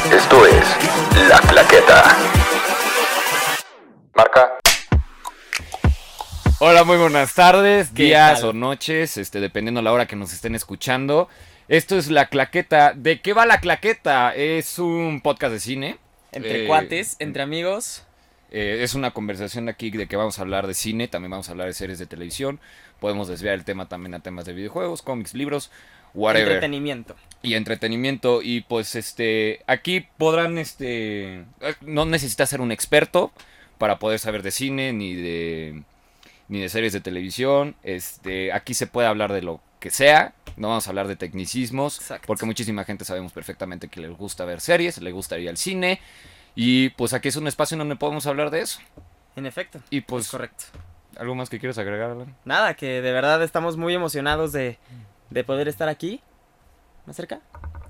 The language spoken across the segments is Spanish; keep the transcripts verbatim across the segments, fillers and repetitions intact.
Esto es La Claqueta. Marca. Hola, muy buenas tardes, días tal? o noches, este, dependiendo la hora que nos estén escuchando. Esto es La Claqueta. ¿De qué va La Claqueta? Es un podcast de cine. Entre Eh, cuates, entre amigos. eh, es una conversación aquí de que vamos a hablar de cine, también vamos a hablar de series de televisión. Podemos desviar el tema también a temas de videojuegos, cómics, libros, whatever. Entretenimiento. Y entretenimiento. Y pues este, aquí podrán, este, no necesitas ser un experto para poder saber de cine ni de... ni de series de televisión. Este, aquí se puede hablar de lo que sea, no vamos a hablar de tecnicismos, Exacto. porque muchísima gente sabemos perfectamente que les gusta ver series, le gusta ir al cine, y pues aquí es un espacio en donde podemos hablar de eso. En efecto. Y pues, Es correcto. ¿algo más que quieras agregar, Alan? Nada, que de verdad estamos muy emocionados de, de poder estar aquí. ¿Más cerca?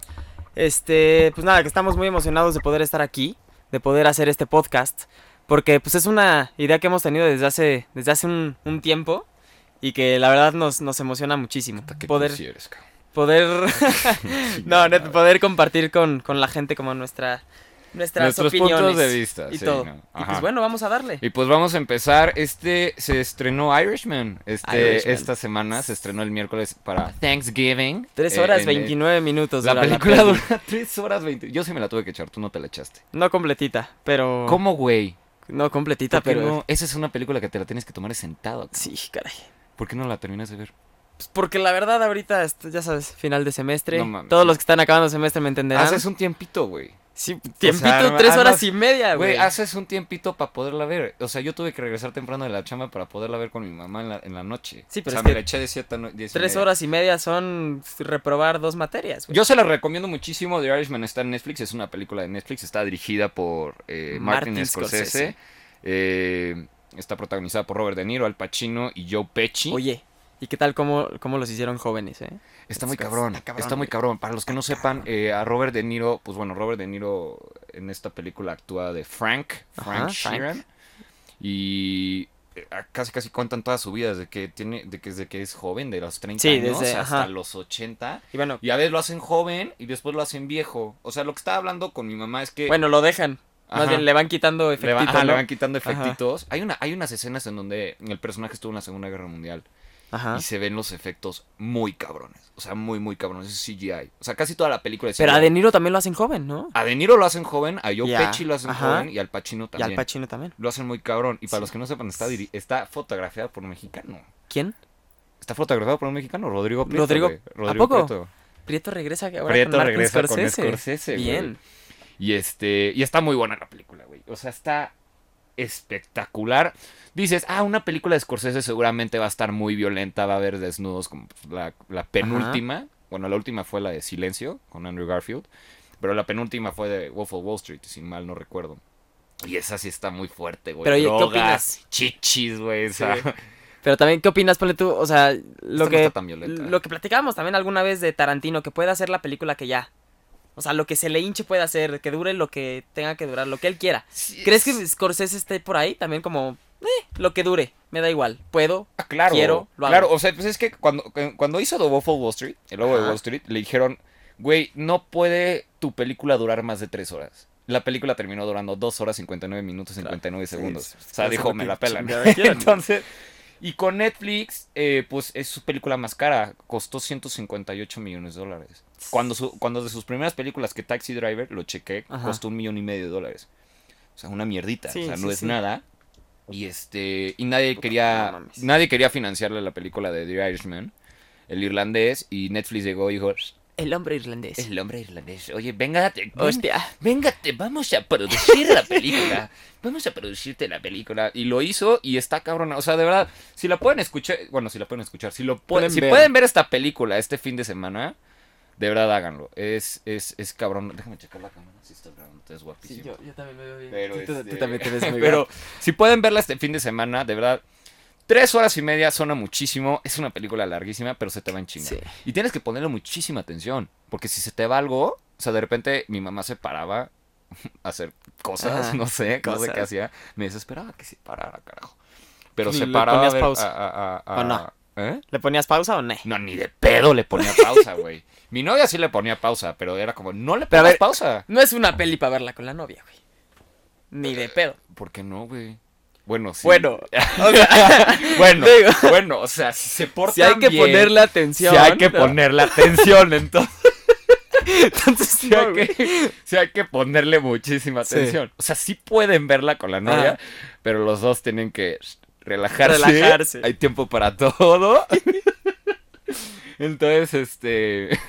Este, pues nada, que estamos muy emocionados de poder estar aquí, de poder hacer este podcast. Porque pues es una idea que hemos tenido desde hace, desde hace un, un tiempo. Y que la verdad nos, nos emociona muchísimo. ¿Qué Poder, cursi eres, cabrón? poder, no, net- poder compartir con, con la gente como nuestra, nuestras Nuestros opiniones. puntos de vista, Y sí, todo. no, Y ajá. pues bueno, vamos a darle. Y pues vamos a empezar. Este se estrenó Irishman. Este, Irishman. Esta semana se estrenó el miércoles para Thanksgiving. Tres Eh, horas en- veintinueve minutos. La dura película peli. dura tres horas veinte. Yo sí me la tuve que echar, tú no te la echaste. No completita, pero... ¿Cómo, güey? No completita, ¿Por qué pero... no? Esa es una película que te la tienes que tomar sentado. Cabrón. Sí, caray. ¿Por qué no la terminas de ver? Pues porque la verdad ahorita, este, ya sabes, final de semestre. No mames. Todos los que están acabando semestre me entenderán. Haces un tiempito, güey. Sí, tiempito, arma- tres armas- horas y media, Güey, güey. haces un tiempito para poderla ver. O sea, yo tuve que regresar temprano de la chamba para poderla ver con mi mamá en la, en la noche. Sí, pero o sea, es me que la eché de siete a no- diez y Tres media. horas y media son reprobar dos materias, güey. Yo se la recomiendo muchísimo. The Irishman está en Netflix. Es una película de Netflix. Está dirigida por eh, Martin, Martin Scorsese. Scorsese. Eh, está protagonizada por Robert De Niro, Al Pacino y Joe Pesci. Oye, ¿y qué tal cómo, cómo los hicieron jóvenes, eh? Está muy Está cabrón, cabrón, está muy güey. cabrón. Para los que no sepan, eh, a Robert De Niro, pues bueno, Robert De Niro en esta película actúa de Frank, Frank Ajá, Sheeran. Frank. Y eh, casi casi cuentan toda su vida, desde que tiene, de que, desde que es joven, de los treinta Sí, años desde- hasta ajá. los ochenta. Y bueno, Y a veces lo hacen joven y después lo hacen viejo. O sea, lo que estaba hablando con mi mamá es que bueno, lo dejan. Más Ajá. bien le van quitando le, va- efectitos, ajá, le ¿no? van quitando Ajá. efectitos. Hay una, hay unas escenas en donde el personaje estuvo en la Segunda Guerra Mundial. Ajá. Y se ven los efectos muy cabrones. O sea, muy, muy cabrones. Es C G I. O sea, casi toda la película es Pero C G I. a De Niro también lo hacen joven, ¿no? A De Niro lo hacen joven, a Joe Y a- Pesci lo hacen ajá. joven y al Pacino Y también. Al Pacino también. Lo hacen muy cabrón. Y para Sí. los que no sepan, está, diri- está fotografiada por un mexicano. ¿Quién? Está fotografiado por un mexicano, Rodrigo Prieto. Rodrigo- güey. ¿a Rodrigo poco? Prieto. Prieto regresa ahora Prieto con Martin regresa con Scorsese. Scorsese, güey. Bien. Y este. Y está muy buena la película, güey. O sea, está espectacular. Dices, ah, una película de Scorsese seguramente va a estar muy violenta, va a haber desnudos como pues, la, la penúltima. Bueno, la última fue la de Silencio con Andrew Garfield. Pero la penúltima fue de Wolf of Wall Street, si mal no recuerdo. Y esa sí está muy fuerte, güey. Pero, oye, ¿qué Drogas, opinas? chichis, güey. O sea, Sí. Pero también, ¿qué opinas? Ponle tú, o sea, lo Esta no que, está tan violenta. lo que platicábamos también alguna vez de Tarantino, que puede hacer la película que ya. O sea, lo que se le hinche puede hacer, que dure lo que tenga que durar, lo que él quiera. sí, ¿Crees que es- Scorsese esté por ahí? También como, eh, lo que dure, me da igual. Puedo, Ah, claro, quiero, lo hago. claro, o sea, pues es que cuando, cuando hizo The Wolf of Wall Street, el lobo de Ajá. Wall Street, le dijeron, güey, no puede tu película durar más de tres horas. La película terminó durando dos horas cincuenta y nueve minutos cincuenta y nueve Sí, segundos. sí, O sea, sí, dijo, sí, me la qué pelan. chingada quieren. Entonces, y con Netflix, eh, pues es su película más cara. Costó ciento cincuenta y ocho millones de dólares. Cuando, su, cuando de sus primeras películas, que Taxi Driver, lo chequé, Ajá. costó un millón y medio de dólares. O sea, una mierdita. Sí, o sea, sí, no es sí. nada. Y este y nadie Puta, quería no mames. nadie quería financiarle la película de The Irishman, el irlandés, y Netflix llegó y dijo, El hombre irlandés. el hombre irlandés, oye, véngate, ven- Hostia. véngate, vamos a producir la película, vamos a producirte la película, y lo hizo y está cabrona, o sea, de verdad, si la pueden escuchar, bueno, si la pueden escuchar, si lo pueden, Pueden si ver. pueden ver esta película este fin de semana, de verdad háganlo, es es es cabrón, déjame checar la cámara, si está grabando, es guapísimo. Sí, yo, yo también me veo bien. Pero tú, tú- este, tú también te ves muy pero bien. si pueden verla este fin de semana, de verdad, tres horas y media suena muchísimo. Es una película larguísima, pero se te va en chinga. Sí. Y tienes que ponerle muchísima atención, porque si se te va algo, o sea, de repente mi mamá se paraba a hacer cosas, Ajá, no sé, no sé cosas. qué hacía. Me desesperaba que se parara, carajo. Pero ¿Y se le paraba a ponías ver, pausa? a- a- a- ¿O no? ¿Eh? ¿Le ponías pausa o no? No, ni de pedo le ponía pausa, güey. Mi novia sí le ponía pausa, pero era como, no le Pero a pongas ver, pausa. No es una peli para verla con la novia, güey. Ni de pedo. ¿Por qué no, güey? Bueno, sí. Bueno, o sea, bueno, digo, bueno, o sea, si se portan si hay que bien, ponerle atención. si hay que ¿no? ponerle atención, entonces, Entonces, sí, no, hay güey. que, sí hay que ponerle muchísima Sí. atención. O sea, sí pueden verla con la novia, Ajá. pero los dos tienen que relajarse. Relajarse. Hay tiempo para todo. Entonces, este...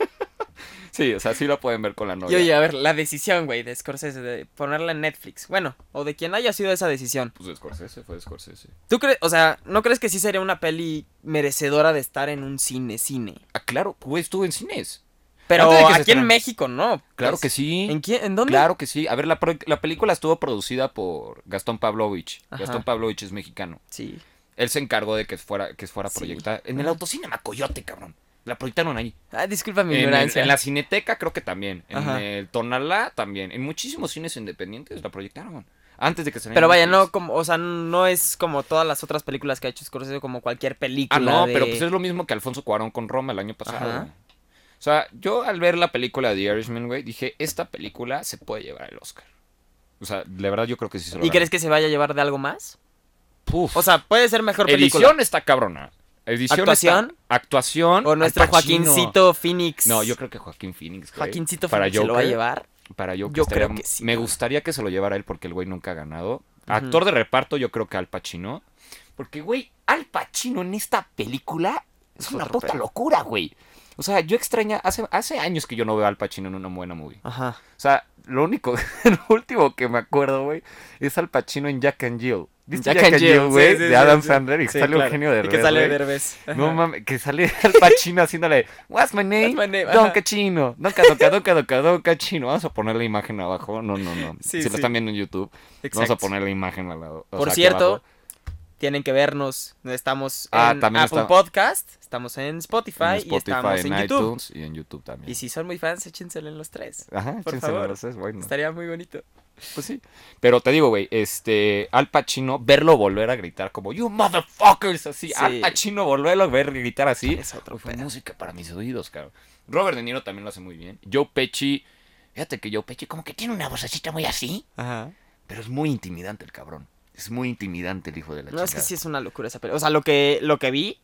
sí, o sea, sí la pueden ver con la Y novia. oye, a ver, la decisión, güey, de Scorsese de ponerla en Netflix. Bueno, o de quien haya sido esa decisión. Pues de Scorsese, fue de Scorsese. ¿Tú crees, o sea, no crees que sí sería una peli merecedora de estar en un cine, cine? Ah, claro, güey, estuvo en cines. Pero Antes de que se aquí en estrenara. México, ¿no? Claro Pues, que sí. ¿En quién? ¿En dónde? Claro que sí. A ver, la, pro- la película estuvo producida por Gastón Pavlovich. Ajá. Gastón Pavlovich es mexicano. Sí. Él se encargó de que fuera, que fuera Sí. proyectada. En el Ajá. Autocinema Coyote, cabrón. La proyectaron ahí. Ah, disculpa mi En, el- ignorancia. en la Cineteca creo que también. En Ajá. el Tonalá también. En muchísimos cines independientes la proyectaron. Antes de que se Pero vaya, no como, o sea, no es como todas las otras películas que ha hecho Scorsese, como cualquier película. Ah, no, de- pero pues es lo mismo que Alfonso Cuarón con Roma el año pasado. Ajá. güey. O sea, yo al ver la película de The Irishman, güey, dije, esta película se puede llevar el Oscar. O sea, la verdad yo creo que sí se lo ¿Y gana. crees que se vaya a llevar de algo más? Puf. O sea, puede ser mejor película. Edición está cabrona. Edición ¿Actuación? está- Actuación. O nuestro Al Pacino. Joaquincito Phoenix. No, yo creo que Joaquín Phoenix. güey. Joaquincito Para Phoenix se lo va a Joker, llevar. Para Joker Yo estaría- creo que sí, Me güey. gustaría que se lo llevara él porque el güey nunca ha ganado. Ujú. Actor de reparto, yo creo que Al Pacino. Porque, güey, Al Pacino en esta película es Es una otro puta pedo. locura, güey. O sea, yo extraña. Hace, hace años que yo no veo a Al Pacino en una buena movie. Ajá. O sea, lo único, lo último que me acuerdo, güey, es Al Pacino en Jack and Jill. ¿Viste Jack, and Jill, güey? sí, sí, de sí, Adam sí. Sandler y Sí, sale claro. Eugenio Derbez, Y que sale güey. Derbez. No Ajá. mames, que sale Al Pacino haciéndole What's my name? What's my name? Don Ajá. Cachino. Don Cadoca, Don Cadoca, Don Cachino. Vamos a poner la imagen abajo. No, no, no. Sí, si sí. lo están viendo en YouTube, vamos a Exacto. poner la imagen al lado. o Por sea, aquí cierto, abajo. tienen que vernos. Estamos Ah, en también Apple está- Podcast, estamos en Spotify, en y Spotify, estamos en, en, YouTube. iTunes y en YouTube también. Y si son muy fans, échenselo en los tres. Ajá, por échenselo favor. los tres, bueno. Estaría muy bonito. Pues sí. Pero te digo, güey, este, Al Pacino, verlo volver a gritar como, you motherfuckers, así. Sí. Al Pacino volverlo a ver gritar así. Es otro Fue pedo. música para mis oídos, cabrón. Robert De Niro también lo hace muy bien. Joe Pesci, fíjate que Joe Pesci como que tiene una vocecita muy así, Ajá. pero es muy intimidante el cabrón. Es muy intimidante el hijo de la No, es que chingada. sí es una locura esa película. O sea, lo que, lo que vi,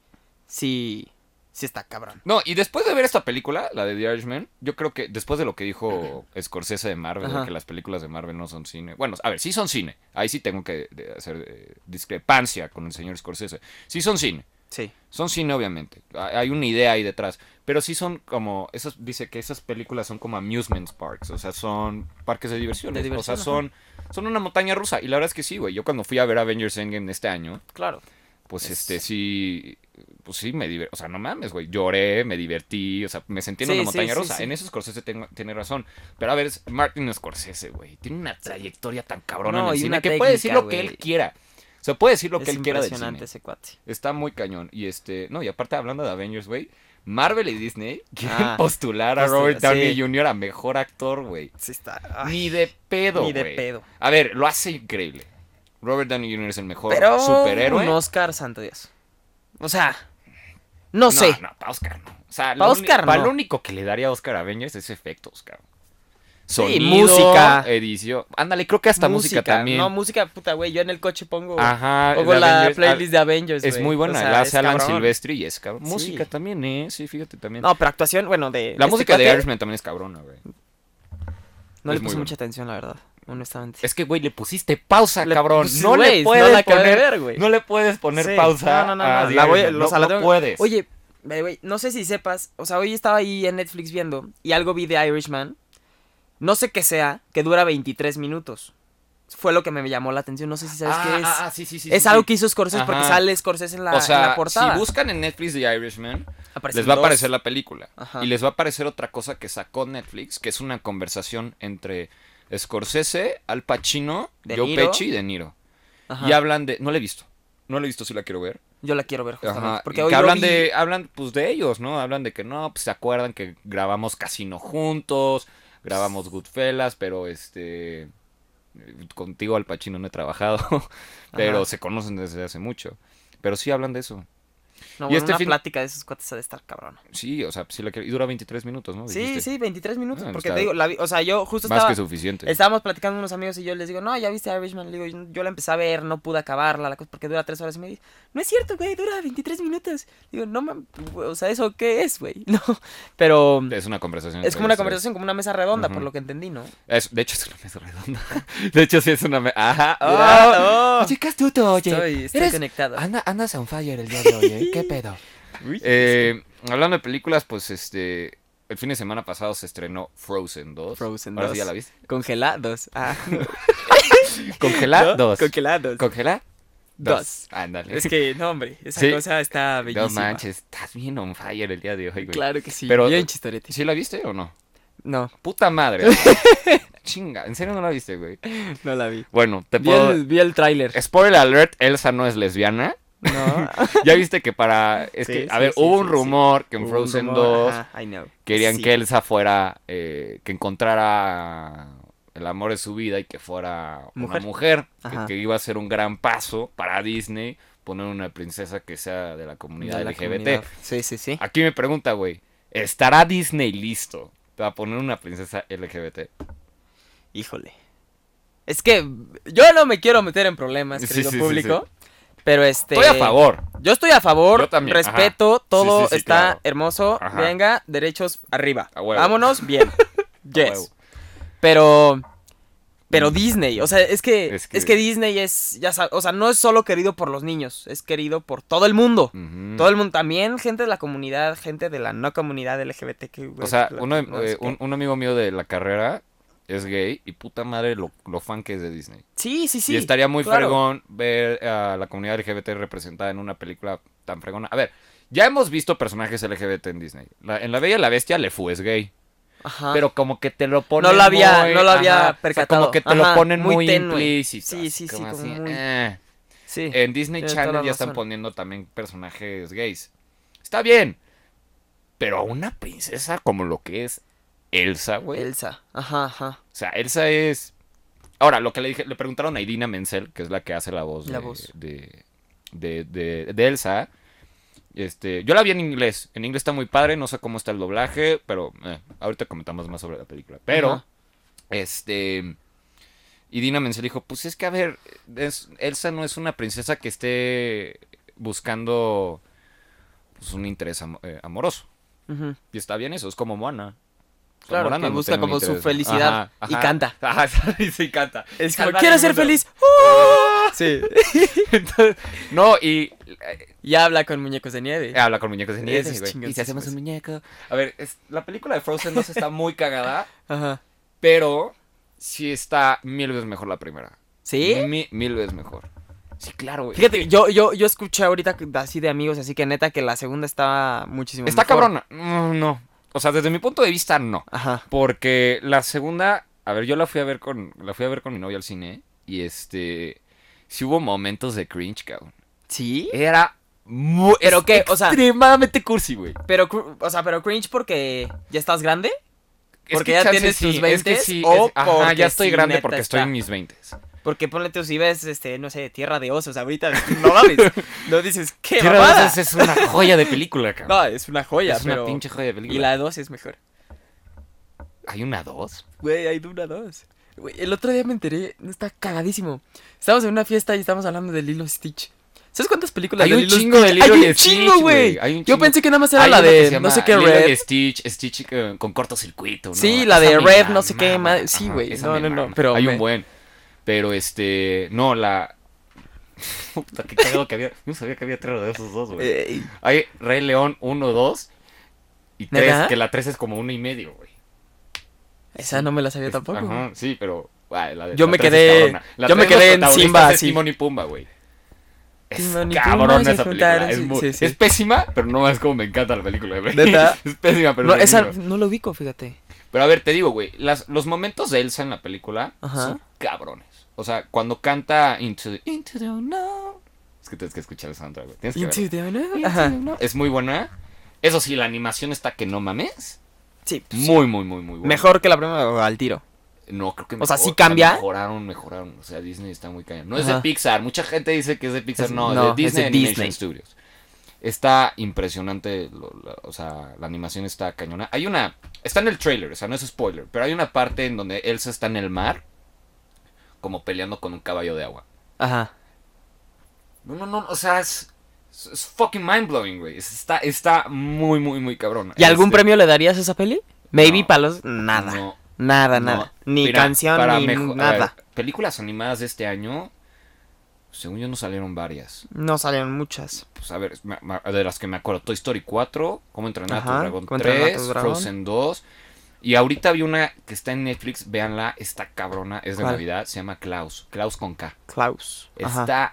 sí, sí está cabrón. No, y después de ver esta película, la de The Irishman, yo creo que después de lo que dijo Scorsese de Marvel, Ajá. de que las películas de Marvel no son cine. Bueno, a ver, sí son cine. Ahí sí tengo que de- hacer eh, discrepancia con el señor Scorsese. Sí son cine. Sí. Son cine, obviamente. Hay hay una idea ahí detrás. Pero sí son como. Esos, dice que esas películas son como amusement parks. O sea, son parques de diversión. De diversión, o sea, son, son una montaña rusa. Y la verdad es que sí, güey. Yo cuando fui a ver Avengers Endgame este año, Claro. pues Es- este sí. Pues sí, me divertí. O sea, no mames, güey. Lloré, me divertí. O sea, me sentí en Sí, una sí, montaña sí, rusa. sí. En eso Scorsese tengo- tiene razón. Pero a ver, es Martin Scorsese, güey. Tiene una trayectoria tan cabrona No, en el y cine una que puede decir técnica, lo que él güey. quiera. O sea, puede decir lo que Es él quiera del impresionante cine. ese cuate. Está muy cañón. Y este, no, y aparte hablando de Avengers, güey, Marvel y Disney quieren Ah, postular a postula- Robert Downey sí. junior a mejor actor, güey. Sí está. Ay, Ni de pedo, ni de güey. pedo. A ver, lo hace increíble. Robert Downey junior es el mejor Pero superhéroe. un Oscar, santo Dios. O sea, no, sé. No, para Oscar no. O sea, Pa' lo Oscar uni- pa' no. lo único que le daría a Oscar a Avengers es efectos, cabrón. Sí, Sonido, música. edición. Ándale, creo que hasta música, también. No, música, puta, güey. Yo en el coche pongo, Ajá. pongo de la Avengers, playlist de Avengers, Es güey. muy buena, O sea, la es hace Alan cabrón. Silvestri y es cabrón. Sí. Música también, eh. Sí, fíjate también. No, pero actuación, bueno, de. la este música de cuate, Irishman también es cabrona, güey. No es le muy puse buena. mucha atención, la verdad, honestamente. Es que, güey, le pusiste pausa, Le- cabrón. pues, no güey, le puedes no la acabé de poner, ver, güey. no le puedes poner Sí. pausa. No, no, no, a no, The la voy- Irishman. o sea, no, la no tengo- puedes. Oye, ve, güey, no sé si sepas, o sea, hoy estaba ahí en Netflix viendo y algo vi de Irishman, no sé qué sea, que dura veintitrés minutos. Fue lo que me llamó la atención, no sé si sabes ah, qué es. ah, ah, sí, sí, sí. es sí, algo sí. que hizo Scorsese porque Ajá. sale Scorsese en la, O sea, en la portada. si buscan en Netflix The Irishman, Aparecen les va a dos. aparecer la película. Ajá. Y les va a aparecer otra cosa que sacó Netflix, que es una conversación entre Scorsese, Al Pacino, De Joe Niro. Pesci y De Niro. Ajá. Y hablan de... No la he visto. No la he visto, si la quiero ver. Yo la quiero ver justamente. Ajá, Porque y hoy que lo hablan vi- de hablan pues de ellos, ¿no? Hablan de que no, pues se acuerdan que grabamos Casino juntos, grabamos Goodfellas, pero este contigo Al Pacino no he trabajado, pero Ajá. se conocen desde hace mucho. Pero sí hablan de eso. No, Y bueno, este una fin- plática de esos cuates ha de estar cabrón. Sí, o sea, sí la quiero. Y dura veintitrés minutos, ¿no? Sí, Dijiste. sí, veintitrés minutos, Ah, porque está te digo, la vi- o sea, yo justo Más estaba, que suficiente. estábamos platicando unos amigos y yo les digo, no, ya viste Irishman, le digo, yo, yo la empecé a ver, no pude acabarla, la cosa, porque dura tres horas y media. No es cierto, güey, dura veintitrés minutos. Digo, no, mam- o sea, ¿eso qué es, güey? No, pero Es una conversación. es entre como una los tres. conversación, como una mesa redonda, por Ujú. lo que entendí, ¿no? Es- de hecho, es una mesa redonda. De hecho, sí es una mesa. Ajá. Mira, oh. Oye, ¿qué astuto, oye? Estoy, estoy Eres- conectado. Anda, andas on fire el día de hoy, ¿eh? ¿Qué pedo? Uy, Eh, hablando de películas, pues este. El fin de semana pasado se estrenó Frozen dos. Frozen Ahora dos. sí ya la viste. Congelados. Ah, Congelar ¿no? dos. Congelados. Congelar Dos. dos. Ándale. Es que, no, hombre, esa Sí. cosa está bellísima. No manches, estás bien on fire el día de hoy, güey. Claro que sí. Pero- Bien chistorete. ¿Sí la viste o no? No, Puta madre. Chinga, ¿en serio no la viste, güey? no la vi. Bueno, te Vi puedo... el, vi el tráiler. Spoiler alert, Elsa no es lesbiana. No. Ya viste que para... Es Sí, que, a sí, ver, sí, hubo sí, un sí. rumor que en Hubo un Frozen rumor, dos ajá, I know. querían Sí. que Elsa fuera... eh, que encontrara el amor de su vida y que fuera una Mujer. mujer. Que, Ajá. que iba a ser un gran paso para Disney poner una princesa que sea de la comunidad De la L G B T. comunidad. Sí, sí, sí. Aquí me pregunta, güey, ¿estará Disney listo para poner una princesa L G B T? Híjole. Es que yo no me quiero meter en problemas, Sí, querido sí, sí, público. Pero este. Estoy a favor. Yo estoy a favor. Yo también, Respeto. Todo Sí, sí, sí, está claro. hermoso. Ajá. Venga, derechos arriba. A huevo. Vámonos, bien. yes. huevo. Pero. Pero Mm. Disney, o sea, es que, Es es que- que Disney es, ya sabes, o sea, no es solo querido por los niños, es querido por todo el mundo. Ujú. Todo el mundo, también gente de la comunidad, gente de la no comunidad L G B T Q. O sea, la- uno de- no sé eh, qué. un, un amigo mío de la carrera es gay y puta madre lo, lo fan que es de Disney. Sí, sí, sí. y estaría muy claro. fregón ver a la comunidad L G B T representada en una película tan fregona. A ver, ya hemos visto personajes L G B T en Disney. La- en La Bella y la Bestia le fue es gay. Ajá. Pero como que te lo ponen no lo había, muy- no lo había ajá, o sea, percatado. como que te Ajá, lo ponen muy, tenue. implícito. Sí, así sí, sí, como como así, muy- eh. Sí. En Disney Tienes toda Channel la ya están razón. poniendo también personajes gays. Está bien. Pero una princesa como lo que es Elsa, güey. Elsa. Ajá, ajá. O sea, Elsa es... Ahora, lo que le dije, le preguntaron a Idina Menzel, que es la que hace la voz, La de, voz. De, de, de- de Elsa. Este, yo la vi en inglés. En inglés está muy padre, no sé cómo está el doblaje, pero eh, ahorita comentamos más sobre la película. Pero, Ajá. este... Idina Menzel dijo, pues es que a ver, es- Elsa no es una princesa que esté buscando pues, un interés amo- eh, amoroso. Ujú. Y está bien eso, es como Moana. O sea, Claro, Moana que no busca tiene un como su interés. felicidad Ajá, y ajá. canta. Ajá, sí, sí, canta. Es como, Salvar quiero el ser mundo. feliz. ¡Uh! Sí. Entonces, no, y eh, Y habla con muñecos de nieve. habla con muñecos de nieve, Eso es güey. Y si chingoncísimo hacemos un eso. muñeco. A ver, es- la película de Frozen dos está muy cagada, Ajá. pero sí está mil veces mejor la primera. ¿Sí? Mi- mil veces mejor. Sí, claro, güey. Fíjate, yo, yo, yo escuché ahorita que- así de amigos, así que neta que la segunda estaba muchísimo Está mejor. cabrona. No, no. O sea, desde mi punto de vista, no. Ajá. Porque la segunda, a ver, yo la fui a ver con, la fui a ver con mi novia al cine y este, sí hubo momentos de cringe, cabrón. ¿Sí? Era muy, ¿Pero es qué? O sea- extremadamente cursi, güey. Pero, cr- o sea, pero cringe porque ya estás grande. Es Porque que ya chance tienes sí, tus es que veintes, sí, o es- ajá, porque ya estoy sí, grande neta porque estoy está. en mis veintes. Porque ponle tú, si ves, este, no sé, Tierra de Osos ahorita, no mames. No dices, ¿qué Tierra de mamada? Osos es una joya de película, cabrón. No, es una joya, es una pero... pinche joya de película. Y la dos es mejor. ¿Hay una dos? Güey, hay una dos. Güey, el otro día me enteré, está cagadísimo. Estábamos en una fiesta y estábamos hablando de Lilo y Stitch. ¿Sabes cuántas películas Hay de un Lilo y chingo de Stitch? Lilo Hay y un Stitch, chingo, güey. güey, hay un Yo chingo. pensé que nada más era Hay la uno que de, se llama no sé qué, Lilo Red. y Stitch, Stitch eh, con cortocircuito, ¿no? Sí, la Esa de me Red, mama, no sé qué, ma- sí, ajá, güey. esa No, me no, no, mama. pero Hay me- un buen. Pero este, no, la... Puta, qué cagado que había. Yo no sabía que había tres de esos dos, güey. Ey, Hay Rey León uno, dos y tres, ¿Neta? que la tres es como uno y medio, güey. esa no me la sabía Es- tampoco. Ajá, sí, pero... ah, la de- Yo la me tres quedé- es cabrona. La yo me tres, los quedé en protagonistas Simba, es sí. Timón y Pumba, güey. Es Timón y Pumba cabrona se esa película. juntaron, Es, sí, muy- sí, sí. es pésima, pero no es como me encanta la película, güey. ¿Neta? Es pésima, pero No, es esa buenísima. no lo ubico, fíjate. Pero a ver, te digo, güey, las, los momentos de Elsa en la película Ajá. son cabrones. O sea, cuando canta Into the, Into the Unknown. Es que tienes que escuchar el soundtrack, güey. Tienes que Into verlo. the Unknown. Into the Ajá. Unknown. Es muy buena. Eso sí, la animación está que no mames. Sí, pues, Muy, muy, muy, muy buena. mejor que la primera o al tiro. No, creo que O sea, mejor- ¿sí cambia? Mejoraron, mejoraron. O sea, Disney está muy cañón. No es Ajá. de Pixar. Mucha gente dice que es de Pixar. Es- no, no, de es de Disney Animation Disney. Studios. Está impresionante, lo- la- o sea, la animación está cañona. Hay una, está en el trailer, o sea, no es spoiler, pero hay una parte en donde Elsa está en el mar, como peleando con un caballo de agua. Ajá. No, no, no, o sea, es, es, es fucking mind blowing, güey. Es- Está, está muy, muy, muy cabrón. ¿Y algún Este, premio le darías a esa peli? Maybe No. palos, nada. no, Nada, no. nada. Ni Mira, canción, para ni mejo- a nada. ver, películas animadas de este año, según yo no salieron varias. No salieron muchas. Pues a ver, me- me- de las que me acuerdo, Toy Story cuatro, Cómo entrenar a tu Ajá, dragón Cómo entrenar a tu tres, dragón. Frozen dos. Y ahorita vi una que está en Netflix, véanla, está cabrona, es de ¿Cuál? Navidad, se llama Klaus, Klaus con K. Klaus. Ajá. Está,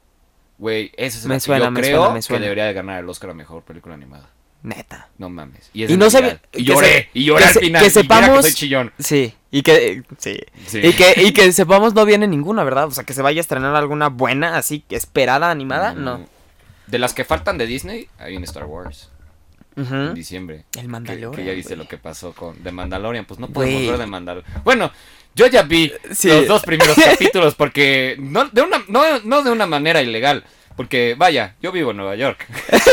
güey, esa es Me la suena, yo me creo suena, me que suena. debería de ganar el Oscar a Mejor Película Animada. Neta. No mames. Y, es Y de no Navidad. sabe- Y que lloré, se- y lloré que al se- final. que y mira sepamos- soy chillón. Sí. Y que. Sí. Sí. Y que, y que sepamos no viene ninguna, ¿verdad? O sea, que se vaya a estrenar alguna buena, así, esperada, animada, Mm, no. De las que faltan de Disney, hay en Star Wars. Ujú. En diciembre. El Que, Mandalorian. que ya viste güey. lo que pasó con The Mandalorian. Pues no podemos Güey. ver de Mandalorian. Bueno, yo ya vi Sí. los dos primeros capítulos porque no de una no, no de una manera ilegal, porque vaya, yo vivo en Nueva York.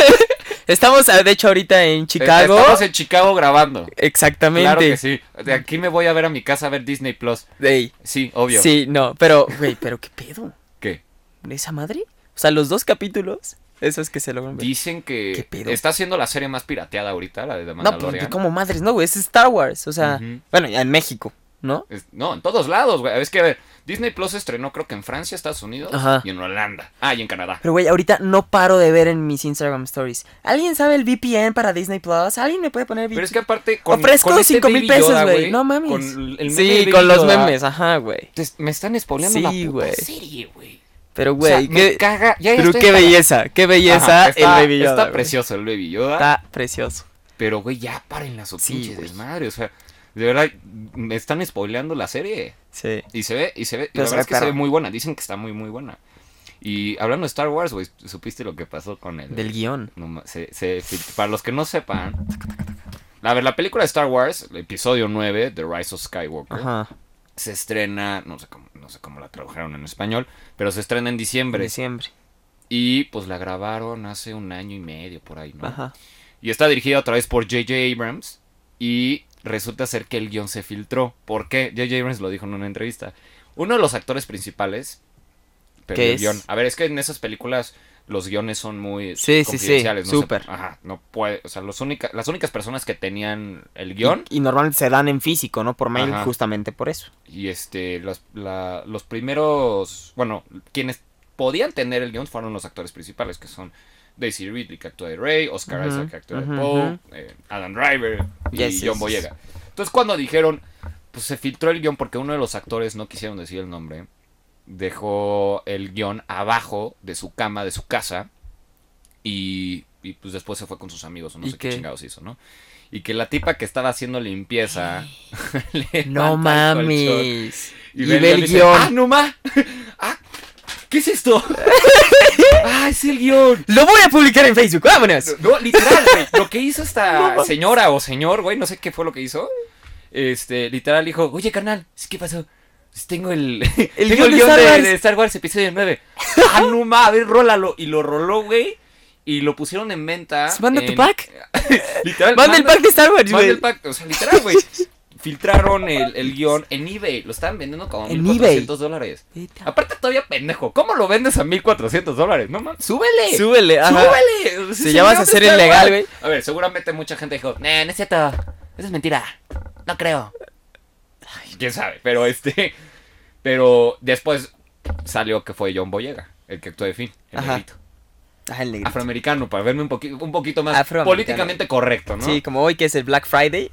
Estamos, ah, de hecho, ahorita en Chicago. Estamos en Chicago grabando. Exactamente. Claro que sí. De aquí me voy a ver a mi casa a ver Disney Plus. Ey, Sí, obvio. sí, no, pero, güey, pero ¿qué pedo? ¿Qué? ¿Esa madre? O sea, los dos capítulos, esos que se logran ver. Dicen ¿Qué que pedo? está siendo la serie más pirateada ahorita, la de The No, pues, Mandalorian. de como madres, no, güey, es Star Wars, o sea, Ujú. bueno, ya en México, ¿no? Es- no, en todos lados, güey. Es que, a ver, Disney Plus se estrenó creo que en Francia, Estados Unidos Ajá. y en Holanda. Ah, y en Canadá. Pero, güey, ahorita no paro de ver en mis Instagram stories. ¿Alguien sabe el V P N para Disney Plus? ¿Alguien me puede poner V P N? Pero es que aparte con, Ofrezco con este cinco mil Baby pesos, Yoda, güey. No mames. Con el meme Sí, de con Baby los Yoda, memes, ajá, güey. te- me están spoileando Sí, la puta güey. serie, güey. Pero, O sea, güey, me qué, caga. Ya pero estoy qué para- belleza, qué belleza Ajá, está, el Baby Yoda. Está güey. precioso el Baby Yoda. Está precioso. Pero, güey, ya paren las Sí, pinches güey. desmadre. O sea, de verdad, me están spoileando la serie. Sí. Y se ve, y se ve, y Pero la se verdad ve es que se ve perro. muy buena. Dicen que está muy, muy buena. Y hablando de Star Wars, güey, ¿supiste lo que pasó con el... Del guión. No ma- se, se fil- para los que no sepan, a ver, la película de Star Wars, el episodio nueve, The Rise of Skywalker, Ajá. se estrena, no sé cómo, no sé cómo la tradujeron en español, pero se estrena en En diciembre. diciembre. Y pues la grabaron hace un año y medio por ahí, ¿no? Ajá. Y está dirigida otra vez por J J Abrams. Y resulta ser que el guión se filtró. ¿Por qué? J J Abrams lo dijo en una entrevista. Uno de los actores principales perdió ¿Qué el es? guión. A ver, es que en esas películas los guiones son muy Sí, sí, sí, confidenciales. no se- súper. ajá, no puede. O sea, los única, las únicas personas que tenían el guión Y, y normalmente se dan en físico, ¿no? Por mail, Ajá. justamente por eso. y, este los, la- los primeros. Bueno, quienes podían tener el guión fueron los actores principales, que son Daisy Ridley, que actúa de Rey, Oscar Ujú, Isaac, que actúa ujú, de Poe, ujú. eh, Adam Driver y Yes, John yes, Boyega. Entonces, cuando dijeron, pues se filtró el guión porque uno de los actores, no quisieron decir el nombre, dejó el guión abajo de su cama, de su casa, y, y pues después se fue con sus amigos, o no ¿Y sé qué qué? chingados hizo, ¿no? Y que la tipa que estaba haciendo limpieza No levanta el colchón mames. y, Y ve el ve guión el y dice, guión. ¡ah, no ma! ¡Ah! ¿Qué es esto? ¡Ah, es el guión! Lo voy a publicar en Facebook, vámonos. No, literal, güey. Lo que hizo esta señora o señor, güey, no sé qué fue lo que hizo. Este, literal dijo, oye, carnal, ¿qué pasó? Pues tengo el, El tengo guión el de guión Star de, Wars. de Star Wars episodio nueve. Ah, no ma, a ver, rólalo. Y lo roló, güey. Y lo pusieron en venta. Manda tu en- pack. Literal. Manda el pack de Star Wars, Manda güey. el pack. O sea, literal, güey. Filtraron el, el guión en eBay. Lo estaban vendiendo como ¿En mil cuatrocientos dólares. Vete. Aparte, todavía pendejo. ¿Cómo lo vendes a mil cuatrocientos dólares? No mames. ¡Súbele! Súbele, ajá. ¡Súbele! Si ya vas a ser ilegal, güey. A ver, seguramente mucha gente dijo, nah, no es cierto. Eso es mentira. No creo. Ay, quién sabe, pero este. Pero después salió que fue John Boyega, el que actuó de Finn, el Ajá. negrito. Ah, el negrito. Afroamericano, para verme un, poqui- un poquito más Afroamericano. políticamente correcto, ¿no? Sí, como hoy que es el Black Friday.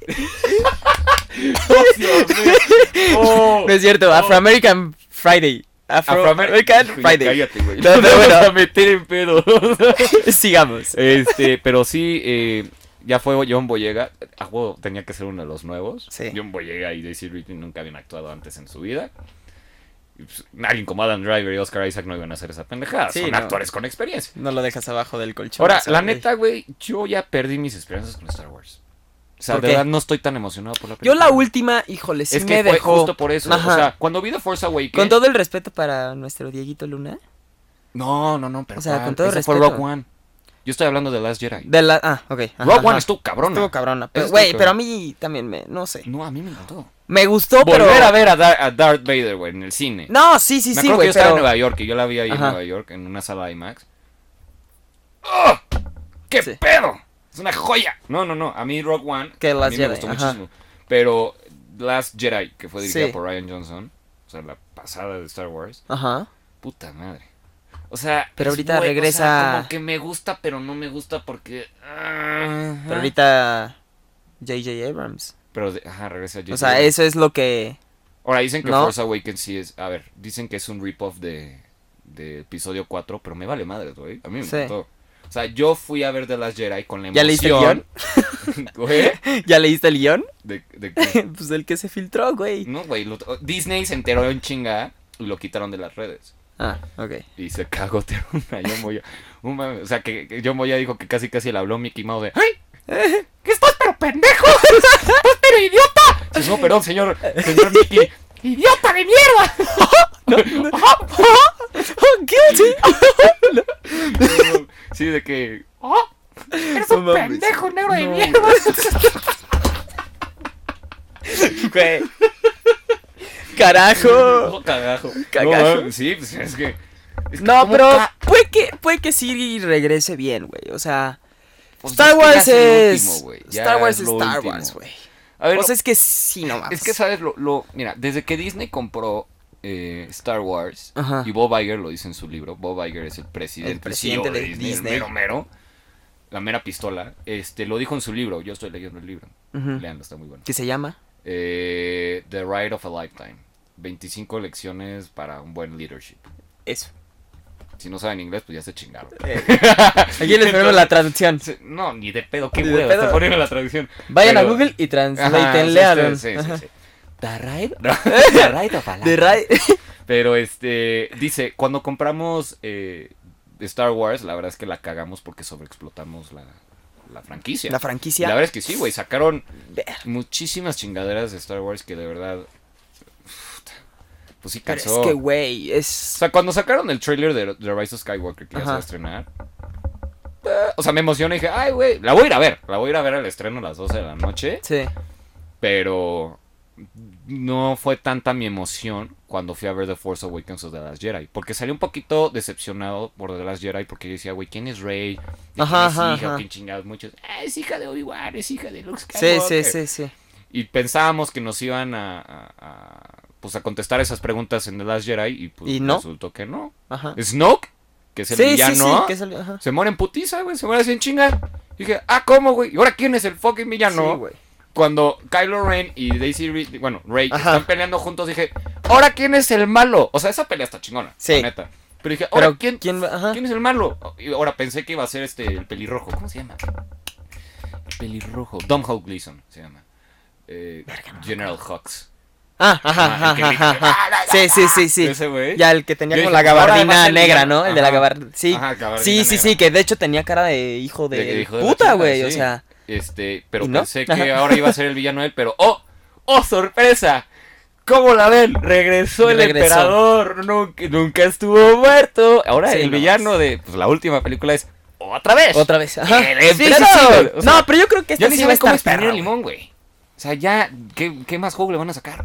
Oh, Dios mío. Oh. No es cierto, Afro-American Friday. Afro-American Híjole, Friday. Cállate, güey. No, No, pero bueno. a meter en pedo. Sigamos. Este, pero sí, eh, ya fue John Boyega. A juego tenía que ser uno de los nuevos. Sí. John Boyega y Daisy Ridley nunca habían actuado antes en su vida. Y, pues, alguien como Adam Driver y Oscar Isaac no iban a hacer esa pendejada. Sí, Son no. actores con experiencia. No lo dejas abajo del colchón. Ahora, o sea, la güey. neta, güey, yo ya perdí mis esperanzas con Star Wars. O sea, ¿Por de qué? verdad no estoy tan emocionado por la Yo película. la última, híjole, sí Es me que fue dejó. justo por eso. Ajá. O sea, cuando vi The Force Awakens... Con todo el respeto para nuestro Dieguito Luna. No, no, no, pero O sea, ¿cuál? con todo Esa fue respeto. Rogue One. Yo estoy hablando de Last Jedi. De la... Ah, ok. ajá, Rogue One ajá. estuvo cabrona. Estuvo cabrona. Pero, Estuvo güey, cabrona. pero a mí también me... No sé. No, a mí me encantó. Me gustó, pero... Volver a ver a, Dar- a Darth Vader, güey, en el cine. No, sí, sí, me sí, acuerdo que güey, yo estaba pero... en Nueva York y yo la vi ahí Ajá. en Nueva York, en una sala IMAX. ¡Oh! ¡Qué Sí. pedo! Es una joya. No, no, no. A mí Rogue One Que a Last mí me Jedi, gustó ajá. muchísimo. Pero Last Jedi, que fue dirigida Sí. por Rian Johnson, o sea, la pasada de Star Wars, Ajá. puta madre. O sea, Pero es ahorita buen- regresa- o sea, como que me gusta, pero no me gusta porque... ah, Pero ahorita... J J Abrams. Pero, de- ajá, regresa J J O sea, Abrams. eso es lo que... Ahora dicen que ¿no? Force Awakens sí es... A ver, dicen que es un rip-off de, de episodio cuatro, pero me vale madre, güey. A mí me Sí. encantó. O sea, yo fui a ver The Last Jedi con la ¿Ya leíste el emoción... Güey, ¿Ya leíste el guión? de, de que- Pues el que se filtró, güey. No, güey, lo- Disney se enteró en chinga y lo quitaron de las redes. Ah, ok. Y se cagoteó una John Boya. Un mame, o sea, que, que John Boya dijo que casi casi le habló Mickey Mouse de... ¡Ay! ¿Qué estás pero pendejo? ¡Estás pero idiota! Sí, no, perdón, señor, señor Mickey. ¡Idiota de mierda! Oh, guilty. Sí, de que... ¡Oh! ¡Eres un No mames. pendejo negro de No, mierda! Güey. Carajo. No, cagajo. Cagajo. No, mames, sí, pues es que... es que No, ¿cómo pero ca- puede que, puede que sí regrese bien, güey. O sea, Pues Star es que ya Wars es el es... último, güey. Ya Star Wars es es lo Star último. Wars, güey. A ver, O sea, es que sí, no mames. es que, ¿sabes? Lo, lo, mira, desde que Disney compró eh, Star Wars, Ajá. y Bob Iger lo dice en su libro, Bob Iger es el presidente, El presidente C E O de Disney. el mero mero, la mera pistola, este, lo dijo en su libro, yo estoy leyendo el libro, Ujú. leanlo, está muy bueno. ¿Qué se llama? Eh, The Ride of a Lifetime, veinticinco lecciones para un buen leadership. Eso. Si no saben inglés, pues ya se chingaron. Aquí les ponemos la traducción. Se- No, ni de pedo, qué Ni de hueva, pedo. está poniendo la traducción. Vayan Pero- a Google y Ajá, translaten, sí, léalo. sí, sí, sí, sí. The Ride? The Ride of a The Ride. Pero este, dice, cuando compramos eh, Star Wars, la verdad es que la cagamos porque sobreexplotamos la, la franquicia. La Y franquicia. la verdad es que sí, güey, sacaron Ver. muchísimas chingaderas de Star Wars que de verdad, puta, pues sí Pero cansó. es que, güey, O es... sea, cuando sacaron el trailer de The Rise of Skywalker que ya se va a Ajá. estrenar, eh, o sea, me emocioné y dije, ay, güey, la voy a ir a ver, la voy a ir a ver al estreno a las doce de la noche, Sí. pero no fue tanta mi emoción cuando fui a ver The Force Awakens o The Last Jedi. Porque salí un poquito decepcionado por The Last Jedi porque yo decía, güey, ¿quién es Rey? ¿De quién Ajá, es ajá, hija? ajá. ¿O quién chingados? Muchos, ah, es hija de Obi-Wan, es hija de Luke Sí, Skywalker. sí, sí, sí. Y pensábamos que nos iban a, a- a, pues a contestar esas preguntas en The Last Jedi y pues ¿Y no? resultó que no. Ajá. Snoke, que es el Sí, sí, villano, sí. que salió, ajá. se muere en putiza, güey, se muere así en chinga. Y dije, ah, ¿cómo, güey? ¿Y ahora quién es el fucking villano? Sí, güey. Cuando Kylo Ren y Daisy Ridley, bueno, Rey Ajá. están peleando juntos, dije, ¿ahora quién es el malo? O sea, esa pelea está chingona, Sí. la neta. Pero dije, ¿ahora Pero, quién, ¿quién va- ajá. quién es el malo? Y ahora pensé que iba a ser este, el pelirrojo. ¿Cómo se llama? El pelirrojo. Domhnall Gleeson se llama. Eh, General Hux. Ah, ajá, Ah, el ajá, que ajá, grita, ajá. "Ah, la, la, Sí, sí, la". sí, sí. Ese güey. Ya el que tenía Yo como dije, la ahora va a gabardina ser negra, villano. ¿no? El de la Ajá. gabardina. Sí. Ajá, gabardina Sí, sí, negra. sí, que de hecho tenía cara de hijo de, De- hijo de la puta, chingada, güey, o sí. sea. Este, pero ¿Y no? pensé que Ajá. ahora iba a ser el villano él, pero ¡oh! ¡Oh, sorpresa! ¿Cómo la ven? Regresó el Regresó. emperador, nunca, nunca estuvo muerto. Ahora Sí, el no. villano de pues, la última película es otra vez. Otra vez. Ajá. El Sí, sí, emperador. sí. O sea, No, pero yo creo que Ya esta ni sí va a saben cómo estar exprimir perra, el güey. limón, güey. O sea, ya, ¿qué, qué más jugo le van a sacar?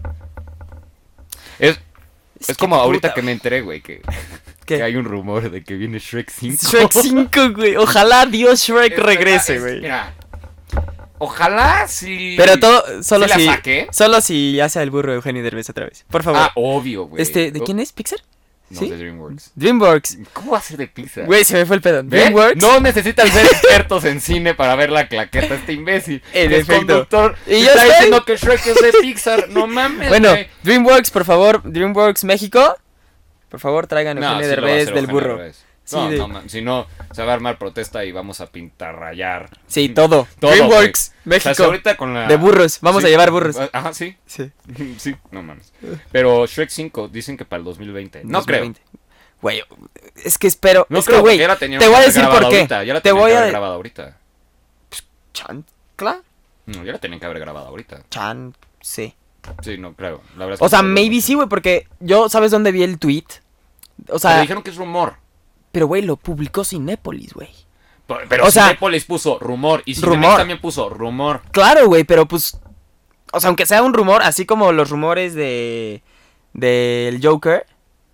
Es, es, que como ahorita puta, que me enteré, güey, que, ¿Qué? que hay un rumor de que viene Shrek cinco. Shrek cinco, güey. Ojalá Dios Shrek Es regrese, verdad, es- güey. Mira, ojalá si... Pero todo, solo ¿Sí la si, saqué? solo si hace el burro de Eugenio Derbez otra vez. Por favor. Ah, obvio, güey. este, ¿de Oh, quién es? ¿Pixar? No, ¿Sí? de DreamWorks. DreamWorks. ¿Cómo va a ser de pizza? Güey, se me fue el pedo. ¿Ve? DreamWorks. No necesitan ser expertos en cine para ver la claqueta este imbécil. En Que es efecto. conductor. Y Y yo está estoy- diciendo que Shrek es de Pixar. No mames, Bueno, güey. DreamWorks, por favor. DreamWorks México. Por favor, traigan No, Eugenio sí lo va a Derbez hacer del Eugenio burro. Derbez. Sí, No, de- no, man, si no, se va a armar protesta y vamos a pintarrayar. Sí, todo. Todo, DreamWorks O sea, México. si ahorita con la... De burros. Vamos Sí. a llevar burros. Ajá, sí. Sí. Sí, no mames. Pero Shrek cinco dicen que para el dos mil veinte. No dos mil creo. veinte. Güey, es que espero. No es creo, que, güey, porque ya la tenían te que voy a haber decir grabado por qué. ahorita, ya la Te tenían voy que a. haber grabado ahorita. ¿Chancla? No, ya la tenían que haber grabado ahorita. Chan. Sí. Sí, no creo. La verdad es O que sea, no creo. maybe sí, güey, porque yo, ¿sabes dónde vi el tweet? O Pero sea, dijeron que es rumor. pero güey, lo publicó Cinépolis, güey. Pero, pero O sea, Cinépolis puso rumor y Cinemex rumor. también puso rumor. Claro, güey, pero pues... O sea, aunque sea un rumor, así como los rumores de... del Joker...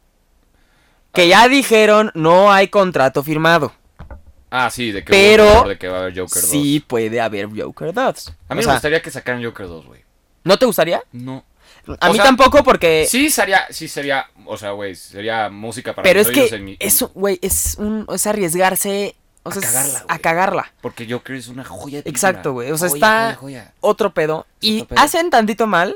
Que ya dijeron, no hay contrato firmado. Ah, sí, de que Pero hubo rumor de que va a haber Joker dos. Sí puede haber Joker dos. A mí O me sea, gustaría que sacaran Joker dos, güey. ¿no te gustaría? No. A O mí sea, tampoco porque... Sí sería, sí sería, o sea, güey, sería música para pero mis es oídos que en mi- eso, güey, es un... Es arriesgarse... O A sea, es cagarla, a güey. cagarla. Porque Joker es una joya de película. Exacto, güey. O sea, Joya, está joya, joya. otro pedo. Es Y otro pedo. hacen tantito mal,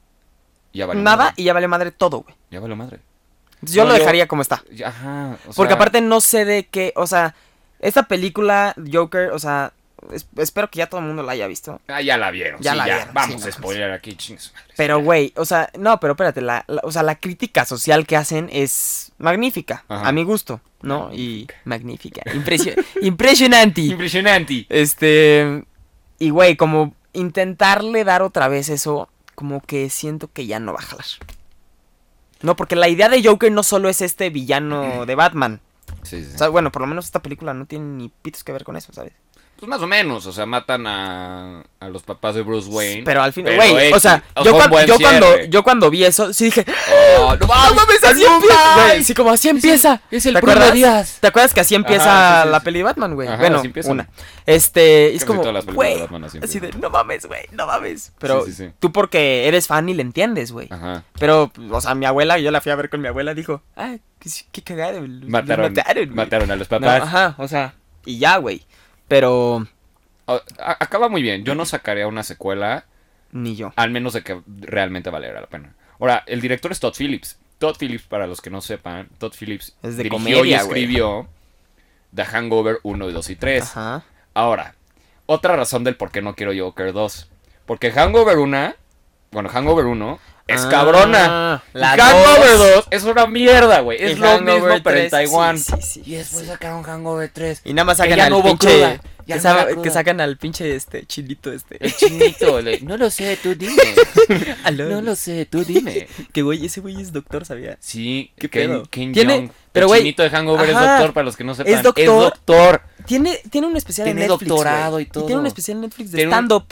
Ya vale nada, madre. y ya vale madre todo, güey. Ya vale madre. Entonces, yo No, lo yo- dejaría como está. Ya, Ajá. o Porque sea, aparte no sé de qué... O sea, esta película, Joker, o sea... es- espero que ya todo el mundo la haya visto. Ah, ya la vieron. Ya sí, la ya. vieron, Vamos sí, a no, spoiler aquí, chingas madres. Pero, güey, o sea, no, pero espérate, la, la- o sea, la crítica social que hacen es magnífica, Ajá. a mi gusto, ¿no? Y magnífica, impresio- impresionante. Impresionante. Este, y güey, como intentarle dar otra vez eso, como que siento que ya no va a jalar. No, porque la idea de Joker no solo es este villano de Batman. Sí, sí. O sea, bueno, por lo menos esta película no tiene ni pitos que ver con eso, ¿sabes? Pues más o menos, o sea, matan a, a los papás de Bruce Wayne. Pero al fin, pero güey, X, o sea, fue yo, un cuan- buen yo cuando, cierre. yo cuando vi eso, sí dije, Oh, no ¡no mames, así no empieza! mames. Güey, sí, como así empieza. es el ¿Te Bruno acuerdas? Díaz. ¿Te acuerdas que así empieza Ajá, sí, sí, la sí. peli de Batman, güey? Ajá, Bueno, así empieza. una. Este, es Casi como, todas las películas de güey, Batman así así de, empiezan. no mames, güey, no mames. Pero Sí, sí, sí. tú porque eres fan y le entiendes, güey. Ajá. Pero, o sea, mi abuela, yo la fui a ver con mi abuela, dijo, ah, qué, qué cagado. los Mataron, güey". mataron a los No, papás. ajá, o sea, y ya, güey. Pero, O- a- acaba muy bien. Yo no sacaría una secuela, ni yo. al menos de que realmente valiera la pena. Ahora, el director es Todd Phillips. Todd Phillips, para los que no sepan, Todd Phillips Es de dirigió comedia, y güey. escribió The Hangover uno, dos y tres. Ajá. Ahora, otra razón del por qué no quiero Joker dos. Porque Hangover uno, bueno, Hangover uno es Ah, cabrona. la Hangover dos. dos es una mierda, güey. Es Y lo Hangover mismo, pero en tres, Taiwán. sí, sí, sí, y después sí. sacaron Hangover tres. Y nada más Que sacan ya al no hubo pinche... cruda, ya que, no sa- era cruda. que sacan al pinche este chinito este. El chinito, le- no lo sé, tú dime. Aló. No lo sé, tú dime. Que güey, ese güey es doctor, ¿sabía? Sí, ¿Qué Ken, pedo? Ken Tiene- Jeong. pero, el güey, chinito de Hangover es ajá, doctor, para los que no sepan. es doctor. Es doctor. Tiene, tiene un especial Tiene en Netflix, doctorado güey. y todo. tiene un especial en Netflix de Tiene un- stand-up.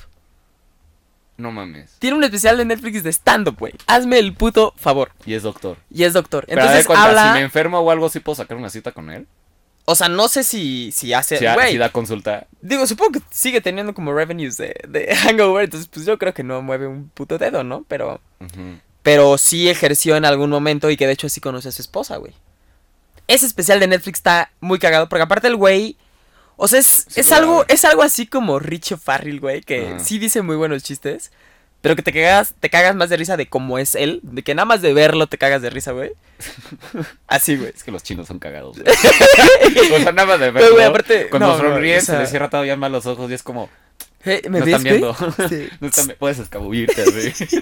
No mames. Tiene un especial en Netflix de stand-up, güey. Hazme el puto favor. Y es doctor. Y es doctor. Pero a ver, Entonces cuenta, habla... si me enfermo o algo, ¿sí puedo sacar una cita con él? O sea, no sé si, si hace... Si, ha- Güey, si da consulta. digo, supongo que sigue teniendo como revenues de, de Hangover. Entonces, pues yo creo que no mueve un puto dedo, ¿no? Pero... Ujú. Pero sí ejerció en algún momento y que de hecho sí conoce a su esposa, güey. Ese especial de Netflix está muy cagado, porque aparte el güey... O sea, es, Sí, es, claro. algo, es algo así como Richo Farrell, güey, que Ajá. sí dice muy buenos chistes, pero que te cagas, te cagas más de risa de cómo es él, de que nada más de verlo te cagas de risa, güey. Así, güey. Es que los chinos son cagados, güey. O sea, nada más de Pero, verlo. güey, aparte, Cuando no, no, sonríen, o sea- se les cierra todavía más los ojos y es como... Eh, ¿Me no ves, están güey? viendo. Sí. No están vi- Puedes escabullirte así.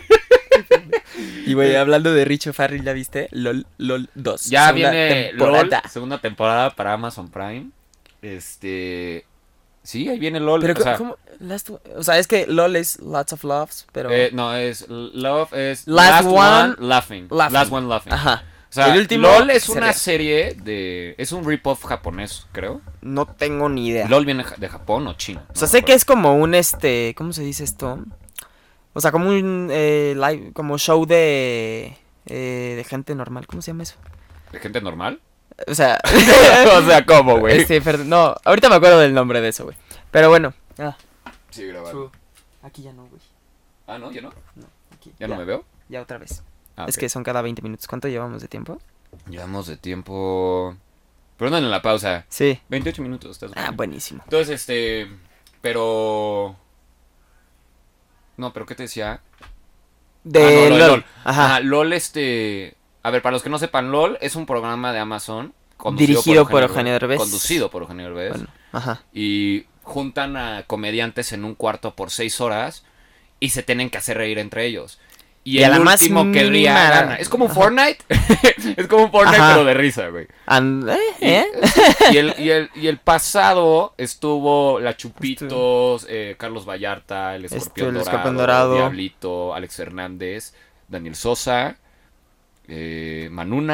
Y, güey, hablando de Richo Farrell, ¿ya viste? LOL, LOL dos. Ya segunda viene temporada. LOL, segunda temporada para Amazon Prime. Este... Sí, ahí viene LOL. Pero, o sea, ¿cómo? Last- o sea, es que LOL es Lots of Loves, pero... eh, no, es Love, es Last One Laughing. Laughing. Last One Laughing. Ajá. O sea, El último LOL es una sería- serie de... Es un rip-off japonés, creo. No tengo ni idea. LOL viene ja- de Japón o China. O sea, sé que es como un, este... ¿Cómo se dice esto? O sea, como un eh, live... Como show de... eh, de gente normal. ¿Cómo se llama eso? ¿De gente normal? O sea... O sea, ¿cómo, güey? Este, perdón, no, ahorita me acuerdo del nombre de eso, güey. Pero bueno. Ah, Sí, grabando. aquí ya no, güey. Ah, ¿no? ¿Ya no? Aquí, ¿Ya no me veo? Ya otra vez. Ah, Es ok. que son cada veinte minutos. ¿Cuánto llevamos de tiempo? Llevamos de tiempo... Pero no en la pausa. Sí. veintiocho minutos. Estás Ah, bien. buenísimo. Entonces, este... Pero... No, pero ¿qué te decía? De Ah, no, lo de LOL. LOL. Ajá. Ajá, LOL, este... A ver, para los que no sepan, LOL es un programa de Amazon conducido Dirigido por Eugenio Eugenio Derbez. Conducido por Eugenio Derbez. Bueno, ajá. Y juntan a comediantes en un cuarto por seis horas y se tienen que hacer reír entre ellos. Y, Y a el la más último que ría mínima- gana. Es como un Ajá. Fortnite. Es como un Fortnite, Ajá. pero de risa, güey. And- ¿eh? Y, ¿Eh? y el, y, el, y el pasado estuvo La Chupitos, eh, Carlos Vallarta, el Escorpión Este, el Dorado, Escorpión Dorado. Diablito, Alex Fernández, Daniel Sosa, eh, Manuna.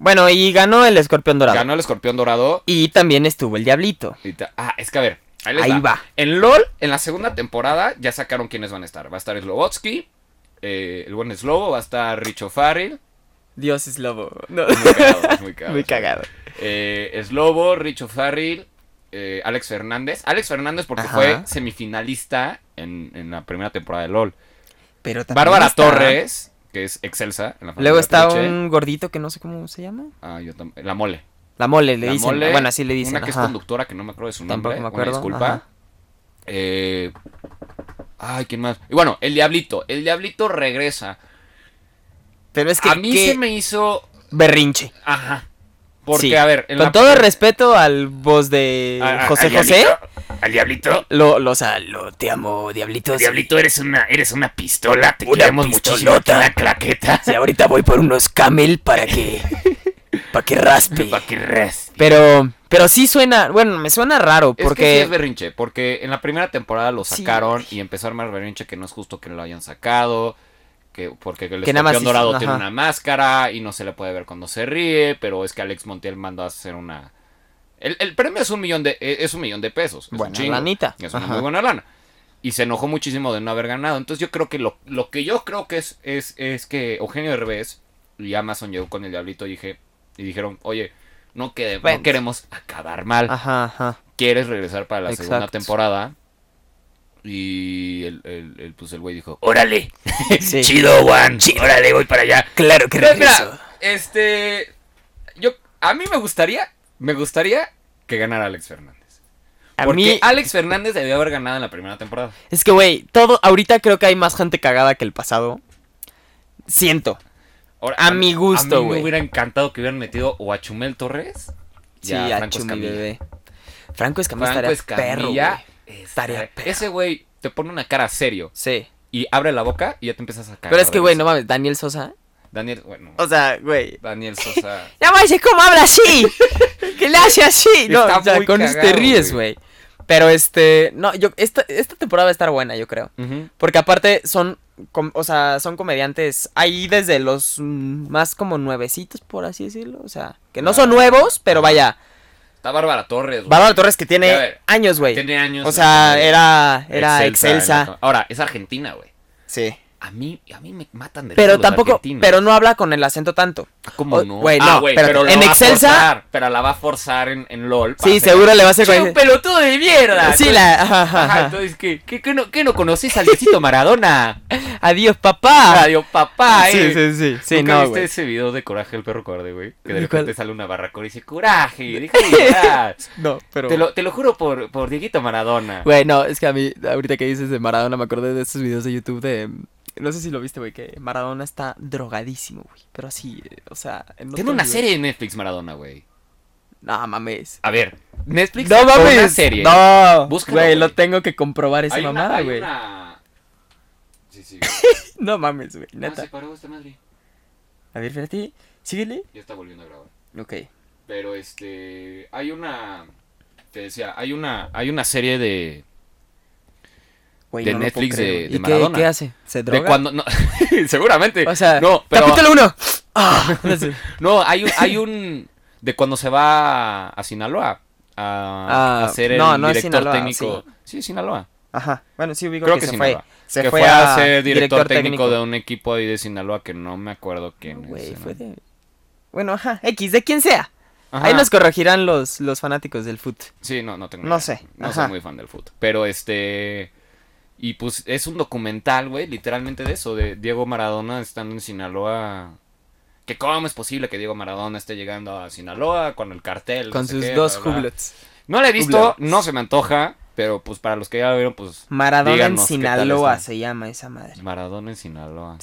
Bueno, y ganó el escorpión dorado. Ganó el escorpión dorado. Y también estuvo el diablito. Y ta- ah, es que a ver, ahí, les Ahí va. va. En LOL, en la segunda temporada, ya sacaron quiénes van a estar. Va a estar Slobotsky, eh, el buen Slobo, va a estar Richo Farrell. Dios es lobo. No. Muy cagado, muy cagado. Muy cagado. Eh, Slobo, Richo Farrell, eh, Alex Fernández. Alex Fernández porque Ajá. fue semifinalista en, en la primera temporada de LOL. Pero también Bárbara está- Torres, que es excelsa en la familia Luego está Truche. un gordito que no sé cómo se llama. Ah, yo tam- La Mole. La mole, le La dicen. Mole, Bueno, así le dicen. Una que es ajá. conductora que no me acuerdo de su Tampoco nombre. me acuerdo. Una disculpa. ajá. Eh, Ay, ¿quién más? Y bueno, el Diablito. El Diablito regresa. Pero es que. A mí qué se me hizo... berrinche. Ajá. Porque, Sí. a ver... en Con la- todo respeto al voz de a- a- José al José. Diablito, Al Diablito. Lo, lo, o sea, lo te amo, diablito. Diablito, eres una, eres una pistola. Te Una queremos pistolota. muchísimo. Te una claqueta. Sí, ahorita voy por unos camel para que. para que raspe. Pa' que res. Pero. Pero sí suena. Bueno, me suena raro. Es Porque. que sí es berrinche, porque en la primera temporada lo Sí. sacaron y empezó a armar berrinche que no es justo que lo hayan sacado, que porque el Que nada más escorpión hizo- dorado tiene ajá. una máscara y no se le puede ver cuando se ríe, pero es que Alex Montiel mandó a hacer una... El, el premio es un millón de eh, es un millón de pesos, es un Buena chingo, lanita. es una Ajá. muy buena lana. Y se enojó muchísimo de no haber ganado. Entonces yo creo que lo, lo que yo creo que es, es, es que Eugenio Derbez y Amazon llegó con el Diablito y dije y dijeron, oye, no, que, Bueno. no queremos acabar mal. Ajá, ajá. ¿Quieres regresar para la segunda Exacto. temporada? Y el, el, el, pues el güey dijo, órale, Sí. chido, Juan, órale, voy para allá. Claro que Pero regreso. mira, este, yo, a mí me gustaría, me gustaría que ganara Alex Fernández. A Porque mí. Alex Fernández debió haber ganado en la primera temporada. Es que, güey, todo. Ahorita creo que hay más gente cagada que el pasado. Siento. Ahora, A mi gusto, A mí güey. me hubiera encantado que hubieran metido o a Chumel Torres y Sí, a a Franco Chumi, Escamilla. bebé. Franco Escamilla Franco estaría perro, Escamilla güey. estaría Estaría perro. Ese güey te pone una cara serio Sí. y abre la boca y ya te empiezas a cagar. Pero es que, de güey, risa. no mames, Daniel Sosa. Daniel, bueno, O sea, güey. Daniel Sosa. Ya mames, ¿cómo habla así? ¿Qué le hace así? No, Está o sea, muy con eso te cagado, ríes, güey. güey. Pero este, no, yo, esta, esta temporada va a estar buena, yo creo. Ujú. Porque aparte son, com- o sea, son comediantes ahí desde los mm, más como nuevecitos, por así decirlo. O sea, que no son Ah. nuevos, pero vaya. Está Bárbara Torres, güey. Bárbara Torres que Ya, a tiene ver, años, güey. Tiene años. O sea, eh, era, era en excelsa. la- Ahora, es argentina, güey. Sí. A mí, a mí me matan de Pero risa los tampoco, argentinos. pero no habla con el acento tanto. ¿Cómo o- no? güey, Ah, no, güey, espérate, pero lo en va a Excelsa- forzar, pero la va a forzar en, en LOL. para Sí, hacer- seguro le va a hacer ¡Soy con- un pelotudo de mierda! Sí, Entonces- la. ajá, ajá, Ajá, ajá. entonces, ¿qué, qué, qué no, qué no conoces al Diosito Maradona? Adiós, papá. Adiós, papá, Sí, eh. sí, sí. Sí, ¿Nunca no, viste güey. ese video de Coraje el perro cobarde, güey? Que de ¿De repente cuál? sale una barracora y dice, ¡coraje! Deja de llorar. No, pero. Te lo, te lo juro por, por Dieguito Maradona. Güey, no, es que a mí, ahorita que dices de Maradona, me acordé de esos videos de YouTube de. No sé si lo viste, güey, que Maradona está drogadísimo, güey. Pero así, eh, o sea. En Tiene otro una nivel. serie de Netflix, Maradona, güey. No mames. A ver, Netflix No sacó mames. una serie. No, Búscalo, güey, güey. lo tengo que comprobar esa Hay una- mamada, hay güey. una- Sí, sí. No mames, güey, Ah, neta. se paró esta madre. A ver, espérate. Síguele. Ya está volviendo a grabar. Ok. Pero este, hay una, te decía, hay una, hay una serie de, Güey, De no lo puedo Netflix creer, de- güey. de ¿Y qué, Maradona. qué hace? ¿Se droga? de cuando, no, seguramente. O sea, no, pero capítulo uno. Ah, no sé. no, hay un, hay un, de cuando se va a Sinaloa a, Ah, a ser el no, no es director Sinaloa, técnico. Sí, Sinaloa. Ajá. Bueno, sí ubico Creo que, que se Sinaloa. fue. Se que fue, fue a ser director, técnico, de un un equipo ahí de Sinaloa que no me acuerdo quién Güey, es. fue ¿no? de. Bueno, ajá. X, de quien sea. Ajá. Ahí nos corregirán los, los fanáticos del foot. Sí, no, no tengo No idea. sé, No ajá. soy muy fan del fútbol. Pero este. Y pues es un documental, güey, literalmente de eso, de Diego Maradona estando en Sinaloa. Que cómo es posible que Diego Maradona esté llegando a Sinaloa con el cartel. Con no sé sus qué, dos bla, bla. jublets. No la he visto, Hublets. no se me antoja, pero pues para los que ya la vieron, pues. Maradona díganos en qué tal Sinaloa está. se llama esa madre. Maradona en Sinaloa.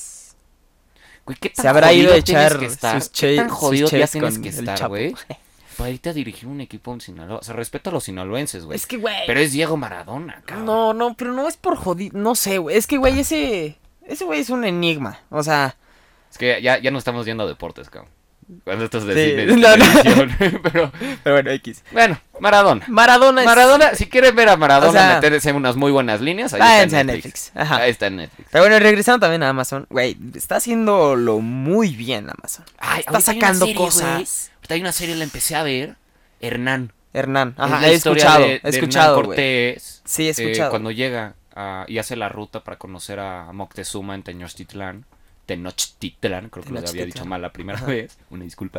Güey, ¿qué tan Se habrá ido jodido a tienes echar que estar? sus ¿Qué che- tan sus jodido ya ches tienes con que el estar, Chapo. güey? Para irte a dirigir un equipo en Sinaloa. O sea, respeto a los sinaloenses, güey. Es que, güey. Pero es Diego Maradona, cabrón. No, no, pero no es por jodido. No sé, güey. Es que, güey, ese. Ese güey es un enigma. O sea. Es que ya, ya no estamos yendo a deportes, cabrón. Cuando estos de Sí, cine de no, no. televisión, pero Pero bueno, X. bueno, Maradona. Maradona es... Maradona, si quieren ver a Maradona O sea, meterse en unas muy buenas líneas, ahí váyanse está a en Netflix. Netflix. Ajá. Ahí está en Netflix. Pero bueno, regresando también a Amazon, güey, está haciéndolo muy bien Amazon. Ay, Está ahorita hay una sacando serie, cosas. güey. Ahorita hay una serie, la empecé a ver, Hernán. Hernán, Es ajá, la he historia escuchado, de- he de escuchado, Hernán güey. Cortés, Sí, he eh, escuchado. cuando llega a- y hace la ruta para conocer a Moctezuma en Tenochtitlán. Tenochtitlán, creo que lo había Tenochtitlán. dicho mal la primera Ajá. vez, una disculpa.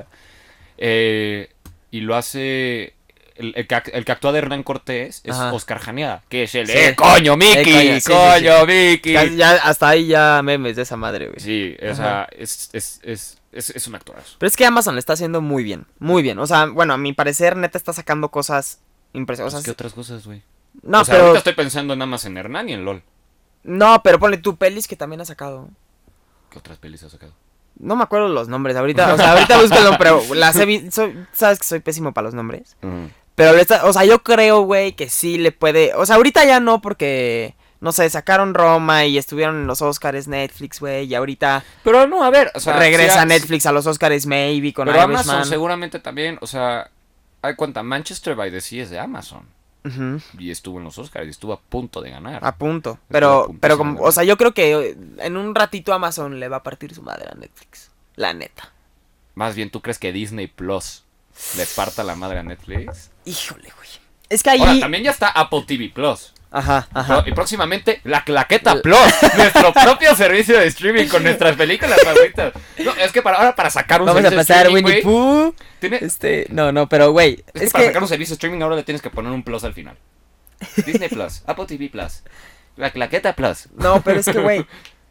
Eh, y lo hace... El, el que, ac- el que actúa de Hernán Cortés es Ajá. Oscar Janeada, que es el... Sí. ¡Eh, coño, Mickey! Eh, coño, sí, sí, ¡Coño, Mickey! Ya, ya hasta ahí ya memes de esa madre, güey. Sí, o Ajá. sea, es, es, es, es, es un actorazo. Pero es que Amazon le está haciendo muy bien, muy bien. O sea, bueno, a mi parecer, neta está sacando cosas impresionantes. O Pues, sea, ¿qué otras cosas, güey? no, o sea, pero... ahorita estoy pensando nada más en Hernán y en LOL. No, pero ponle tú pelis que también ha sacado. ¿Qué otras pelis ha sacado? No me acuerdo los nombres ahorita, o sea, ahorita búscalo, pero las he visto, sabes que soy pésimo para los nombres. Pero, le está- o sea, yo creo, güey, que sí le puede, o sea, ahorita ya no porque, no sé, sacaron Roma y estuvieron en los Oscars Netflix, güey, y ahorita Pero no, a ver, o sea... regresa sí ha- Netflix a los Oscars Maybe con Pero Irishman. Amazon seguramente también, o sea... Hay cuenta, Manchester by the Sea es de Amazon. Ujú, Y estuvo en los Oscars y estuvo a punto de ganar. a punto. Estuvo a Pero, punto, pero sí, como, güey. o sea, yo creo que eh, en un ratito Amazon le va a partir su madre a Netflix. La neta. Más bien, ¿tú crees que Disney Plus le parta la madre a Netflix? Híjole, güey. Es que ahí... Ahora, también ya está Apple T V Plus. Ajá, ajá. Y próximamente, la Claqueta Plus. Nuestro propio servicio de streaming con nuestras películas favoritas. No, es que para ahora para sacar un Vamos a servicio de pasar streaming, Winnie güey, Pooh. tiene- Este, no, no, pero güey, Es que es para que sacar un servicio de streaming ahora le tienes que poner un plus al final. Disney Plus, Apple T V Plus, la Claqueta Plus. no, pero es que güey,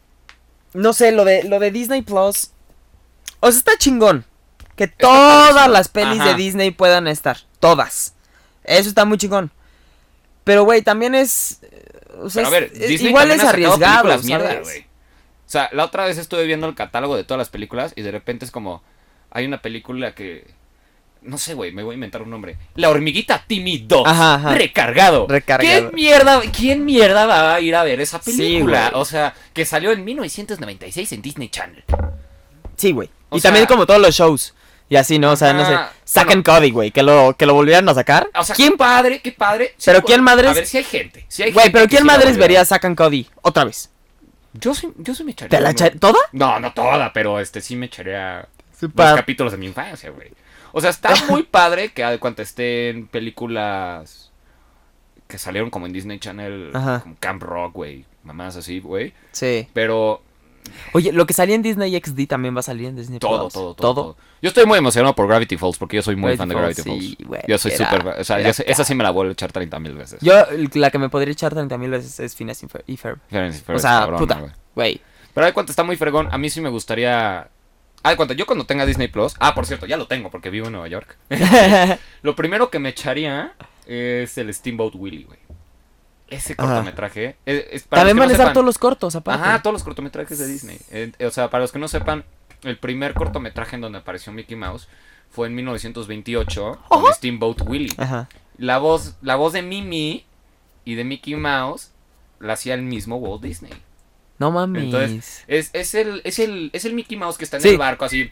no sé, lo de lo de Disney Plus, o sea, está chingón que todas padrísimo. las pelis Ajá. de Disney puedan estar, todas. Eso está muy chingón. Pero güey, también es, eh, o sea, Pero a ver, es- es- Disney igual también es ha sacado arriesgado, películas mierda, ¿sabes? güey. O sea, la otra vez estuve viendo el catálogo de todas las películas y de repente es como, hay una película que, no sé, güey, me voy a inventar un nombre. La hormiguita Timmy dos, Ajá, ajá. recargado. Recargado. ¿Qué mierda, quién mierda va a ir a ver esa Sí, película? güey. O sea, que salió en mil novecientos noventa y seis en Disney Channel. Sí, güey. O Y también sea- como todos los shows. Y así, ¿no? O sea, no sé. Ajá, Saquen bueno. Cody, güey. Que lo, que lo volvieran a sacar. O sea, ¿Quién? qué padre, qué padre. Sí, Pero güey. ¿quién madres? A ver si hay gente. Si hay Güey, gente pero que ¿quién sí la madres volviera. vería Saquen Cody? Otra vez. Yo sí, yo sí me echaría. ¿Te la uno. echa- toda? No, no toda, pero este sí me echaría Sí, dos pa- capítulos de mi infancia, güey. O sea, está muy padre que de cuando estén películas que salieron como en Disney Channel, Ajá. como Camp Rock, güey, mamás así, güey. Sí. Pero Oye, lo que salía en Disney X D también va a salir en Disney todo, Plus. todo, todo, todo. Yo estoy muy emocionado por Gravity Falls porque yo soy muy Gravity fan de Falls, Gravity sí, Falls. güey, Yo soy era- súper, o sea, era yo sé- esa sí me la vuelvo a echar treinta mil veces. Yo, la que me podría echar treinta mil veces es Phineas y Fer- y Ferb. Ferb, Ferb O es sea, cabrona, puta. güey. Güey. Pero de cuenta está muy fregón. A mí sí me gustaría. Ah, de cuenta, yo cuando tenga Disney Plus. Ah, por cierto, ya lo tengo porque vivo en Nueva York. Lo primero que me echaría es el Steamboat Willie, güey. Ese Ajá. cortometraje. es- es- para También los van que a no estar sepan- todos los cortos, aparte. Ajá, todos los cortometrajes de Disney. Eh, o sea, para los que no sepan, el primer cortometraje en donde apareció Mickey Mouse fue en mil novecientos veintiocho con Steamboat Willie. Ajá. La voz, la voz de Mimi y de Mickey Mouse la hacía el mismo Walt Disney. No mames. Entonces, es, es, el, es, el, es el Mickey Mouse que está en Sí. el barco así.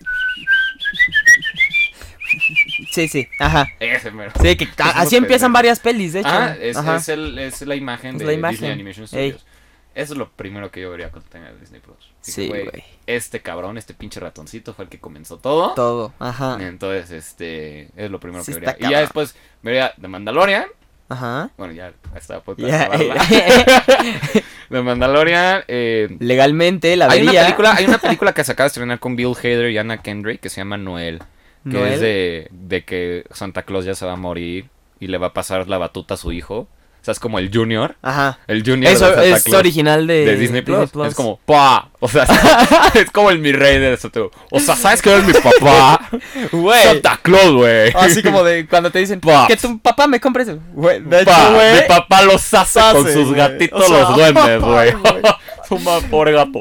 Sí, sí. Ajá. Ese mero. Sí, que a- así empiezan varias pelis, de hecho. Ah, es, Ajá. es, el, es la imagen Es de la imagen. Disney Animation Ey. Studios. Eso es lo primero que yo vería cuando tenga Disney Plus. Dije, Sí, güey, güey. este cabrón, este pinche ratoncito fue el que comenzó todo. Todo. Ajá. Entonces, este, es lo primero Sí que está vería. Y ya cabrón. después vería The Mandalorian. Ajá. Bueno, ya está a punto Ya. de acabarla. The Mandalorian. Eh, Legalmente la hay vería. una película, hay una película que se acaba de estrenar con Bill Hader y Anna Kendrick que se llama Noel. Que Noel. es de, de que Santa Claus ya se va a morir y le va a pasar la batuta a su hijo. O sea, es como el Junior. Ajá. El Junior Eso de Santa es Claus original de, de Disney Plus. Es como, pa. O sea, es como el mi rey de eso. tú. O sea, ¿sabes que eres mi papá? Güey. Santa Claus, güey. Así como de cuando te dicen Pa. que tu papá me compre eso. Güey, de Pa, hecho, güey. mi papá los hace Hace, con sus güey. gatitos O sea, los duendes, güey. güey. Su ma- pobre gato.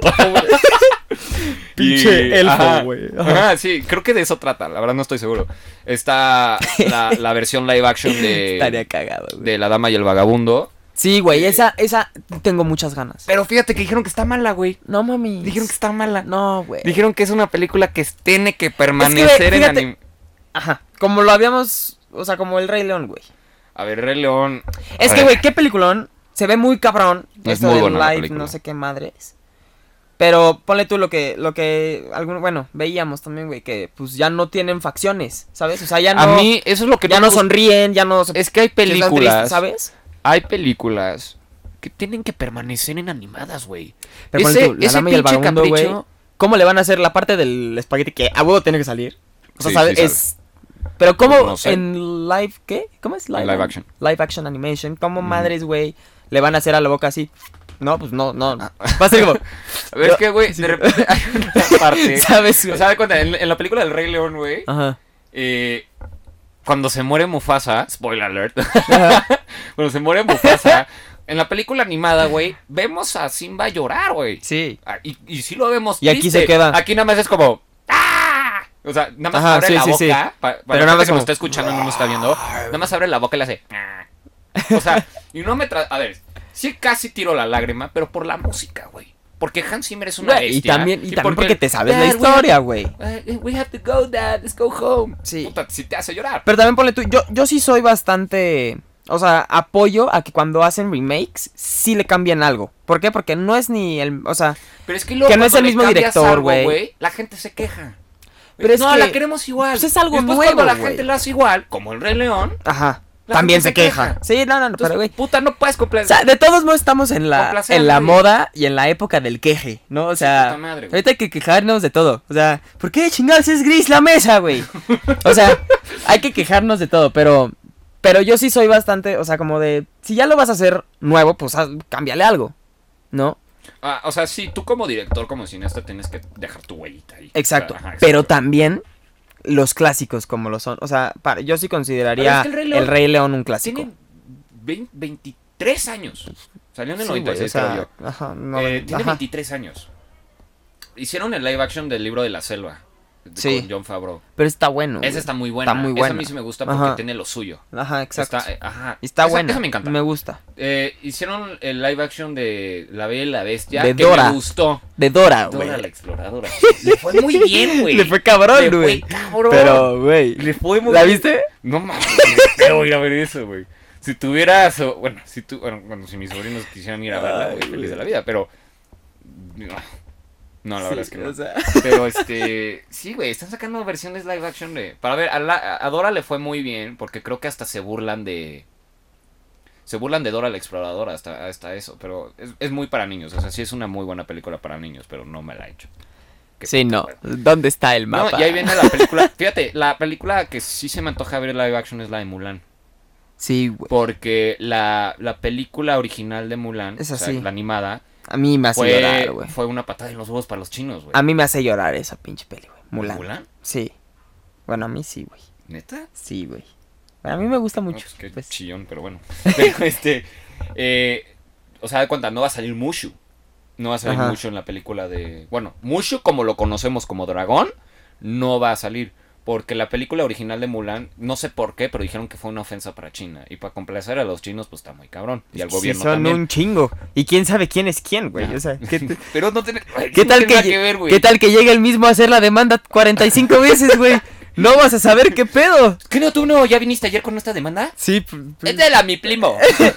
Pinche Y- elfo, ajá, güey. Ajá, sí, creo que de eso trata, la verdad no estoy seguro. Está la, la versión live action de, Estaría cagado, güey. de La Dama y el Vagabundo. Sí, güey, esa, esa tengo muchas ganas. Pero fíjate que dijeron que está mala, güey. No, mami. Dijeron que está mala. No, güey. Dijeron que es una película que tiene que permanecer fíjate- en anim... Ajá, como lo habíamos, o sea, como el Rey León, güey. A ver, Rey León... a Es que, ver. güey, qué peliculón. Se ve muy cabrón. Es esto muy del buena la live, película. no sé qué madres. Pero ponle tú lo que, lo que, algún, bueno, veíamos también, güey, que pues ya no tienen facciones, ¿sabes? O sea, ya no, A mí, eso es lo que ya me no gusta. sonríen, ya no... se- Es que hay que están tristes, películas... ¿sabes? Hay películas que tienen que permanecer en animadas, güey. Pero Ese, ponle tú, La ese Dama y el pinche Vagabundo, güey. capricho... ¿Cómo le van a hacer la parte del espagueti que a huevo tiene que salir? O sea, Sí, ¿sabes? sí es... Pero ¿cómo No sé. en live qué? ¿Cómo es? En live action. Live action animation. ¿Cómo Ujú. madres, güey, le van a hacer a la boca así? No, pues no, no. Ah. Va a ser como... A ver, Yo- es que, güey, sí. de repente hay una parte... ¿Sabes, O güey? sea, de cuenta, en, en la película del Rey León, güey, Ajá. eh, cuando se muere Mufasa, spoiler alert, Ajá. cuando se muere Mufasa, en la película animada, güey, vemos a Simba llorar, güey. Sí. Ah, Y, y sí lo vemos Y aquí triste. se queda. Aquí nada más es como... ¡Ah! O sea, nada más Ajá, abre sí, la sí, boca. sí. pa- para Pero la nada gente más que como- nos está escuchando, no nos está viendo. Nada más abre la boca y le hace... "Ah". O sea, y no me tra... A ver, sí casi tiro la lágrima, pero por la música, güey. Porque Hans Zimmer es una Güey, y bestia. también, y también porque el- te sabes la Dad, we historia, güey. have- eh, We have to go, Dad. Let's go home. Sí. Puta, si te hace llorar. Pero también ponle tú, yo, yo sí soy bastante, o sea, apoyo a que cuando hacen remakes, sí le cambian algo. ¿Por qué? Porque no es ni el, o sea, Pero es que luego Que no es cuando el le mismo cambias director, algo, güey. La gente se queja. Pero es no, que, la queremos igual. pues es algo Y después nuevo, cuando la güey. gente lo hace igual, como el Rey León, ajá, La también se gente se queja. queja. Sí, no, no, no, entonces, pero güey. puta, no puedes O completar. sea, de todos modos estamos en la, Complacer a en la nadie. moda y en la época del queje, ¿no? O sea, puta madre, güey. ahorita hay que quejarnos de todo. O sea, ¿por qué chingados es gris la mesa, güey? O sea, hay que quejarnos de todo, pero pero yo sí soy bastante, o sea, como de, si ya lo vas a hacer nuevo, pues haz- cámbiale algo, ¿no? Ah, o sea, sí, tú como director, como cineasta, tienes que dejar tu huellita ahí. Exacto. Ajá, Pero también los clásicos como lo son. O sea, para, yo sí consideraría Pero es que el el, Rey Rey León León un clásico. Tiene veinte, veintitrés años. Salió en el Sí, güey, noventa y seis, o sea, creo yo. ajá, no, Eh, tiene ajá. veintitrés años. Hicieron el live action del libro de la selva. Sí. Con John Favreau. Pero está bueno. Esa güey. está muy buena. Está muy Esa buena. a mí sí me gusta porque Ajá. tiene lo suyo. Ajá, exacto. Está, eh, ajá. Está Esa- buena. Esa me encanta. Me gusta. Eh, hicieron el live action de La Bella y la Bestia. De que Dora. me gustó. De Dora, güey. Dora la exploradora. Le fue muy bien, güey. Le fue cabrón, Le fue güey. cabrón. Pero, güey. Le fue muy ¿La bien. viste? No mames, pero ir a ver eso, güey. Si tuvieras, o- bueno, si tú, bueno, bueno, si mis sobrinos quisieran ir a verla, Ay, güey, feliz güey. de la vida, pero no, no, la verdad es que no. O sea, Pero este, sí, güey, están sacando versiones live action de, para ver, a, la- a Dora le fue muy bien, porque creo que hasta se burlan de, se burlan de Dora la exploradora, hasta, hasta eso, pero es, es muy para niños, o sea, sí es una muy buena película para niños, pero no me la he hecho. Qué sí, puta, no. güey. ¿Dónde está el No, mapa? y ahí viene la película, fíjate, la película que sí se me antoja ver live action es la de Mulan. Sí, güey. Porque la, la película original de Mulan, Es o sea, así. la animada, A mí me hace fue, llorar, güey. fue una patada en los huevos para los chinos, güey. A mí me hace llorar esa pinche peli, güey. Mulan. ¿Mulan? Sí. Bueno, a mí sí, güey. ¿Neta? Sí, güey. A mí me gusta No, mucho. pues qué pues. chillón, pero bueno. Pero este, eh, o sea, de cuenta, no va a salir Mushu. No va a salir Ajá. Mushu en la película de... Bueno, Mushu como lo conocemos como dragón, no va a salir. Porque la película original de Mulan, no sé por qué, pero dijeron que fue una ofensa para China. Y para complacer a los chinos, pues está muy cabrón. Y al Sí, gobierno son también. un chingo. Y quién sabe quién es quién, güey. Ya. O sea, ¿qué, te- Pero no tiene, ¿qué no tal tiene que, nada lle- que ver, güey. ¿qué tal que llegue el mismo a hacer la demanda cuarenta y cinco veces, güey? No vas a saber qué pedo. ¿Qué no, tú no? ¿Ya viniste ayer con esta demanda? Sí, p- p- Es de la mi primo.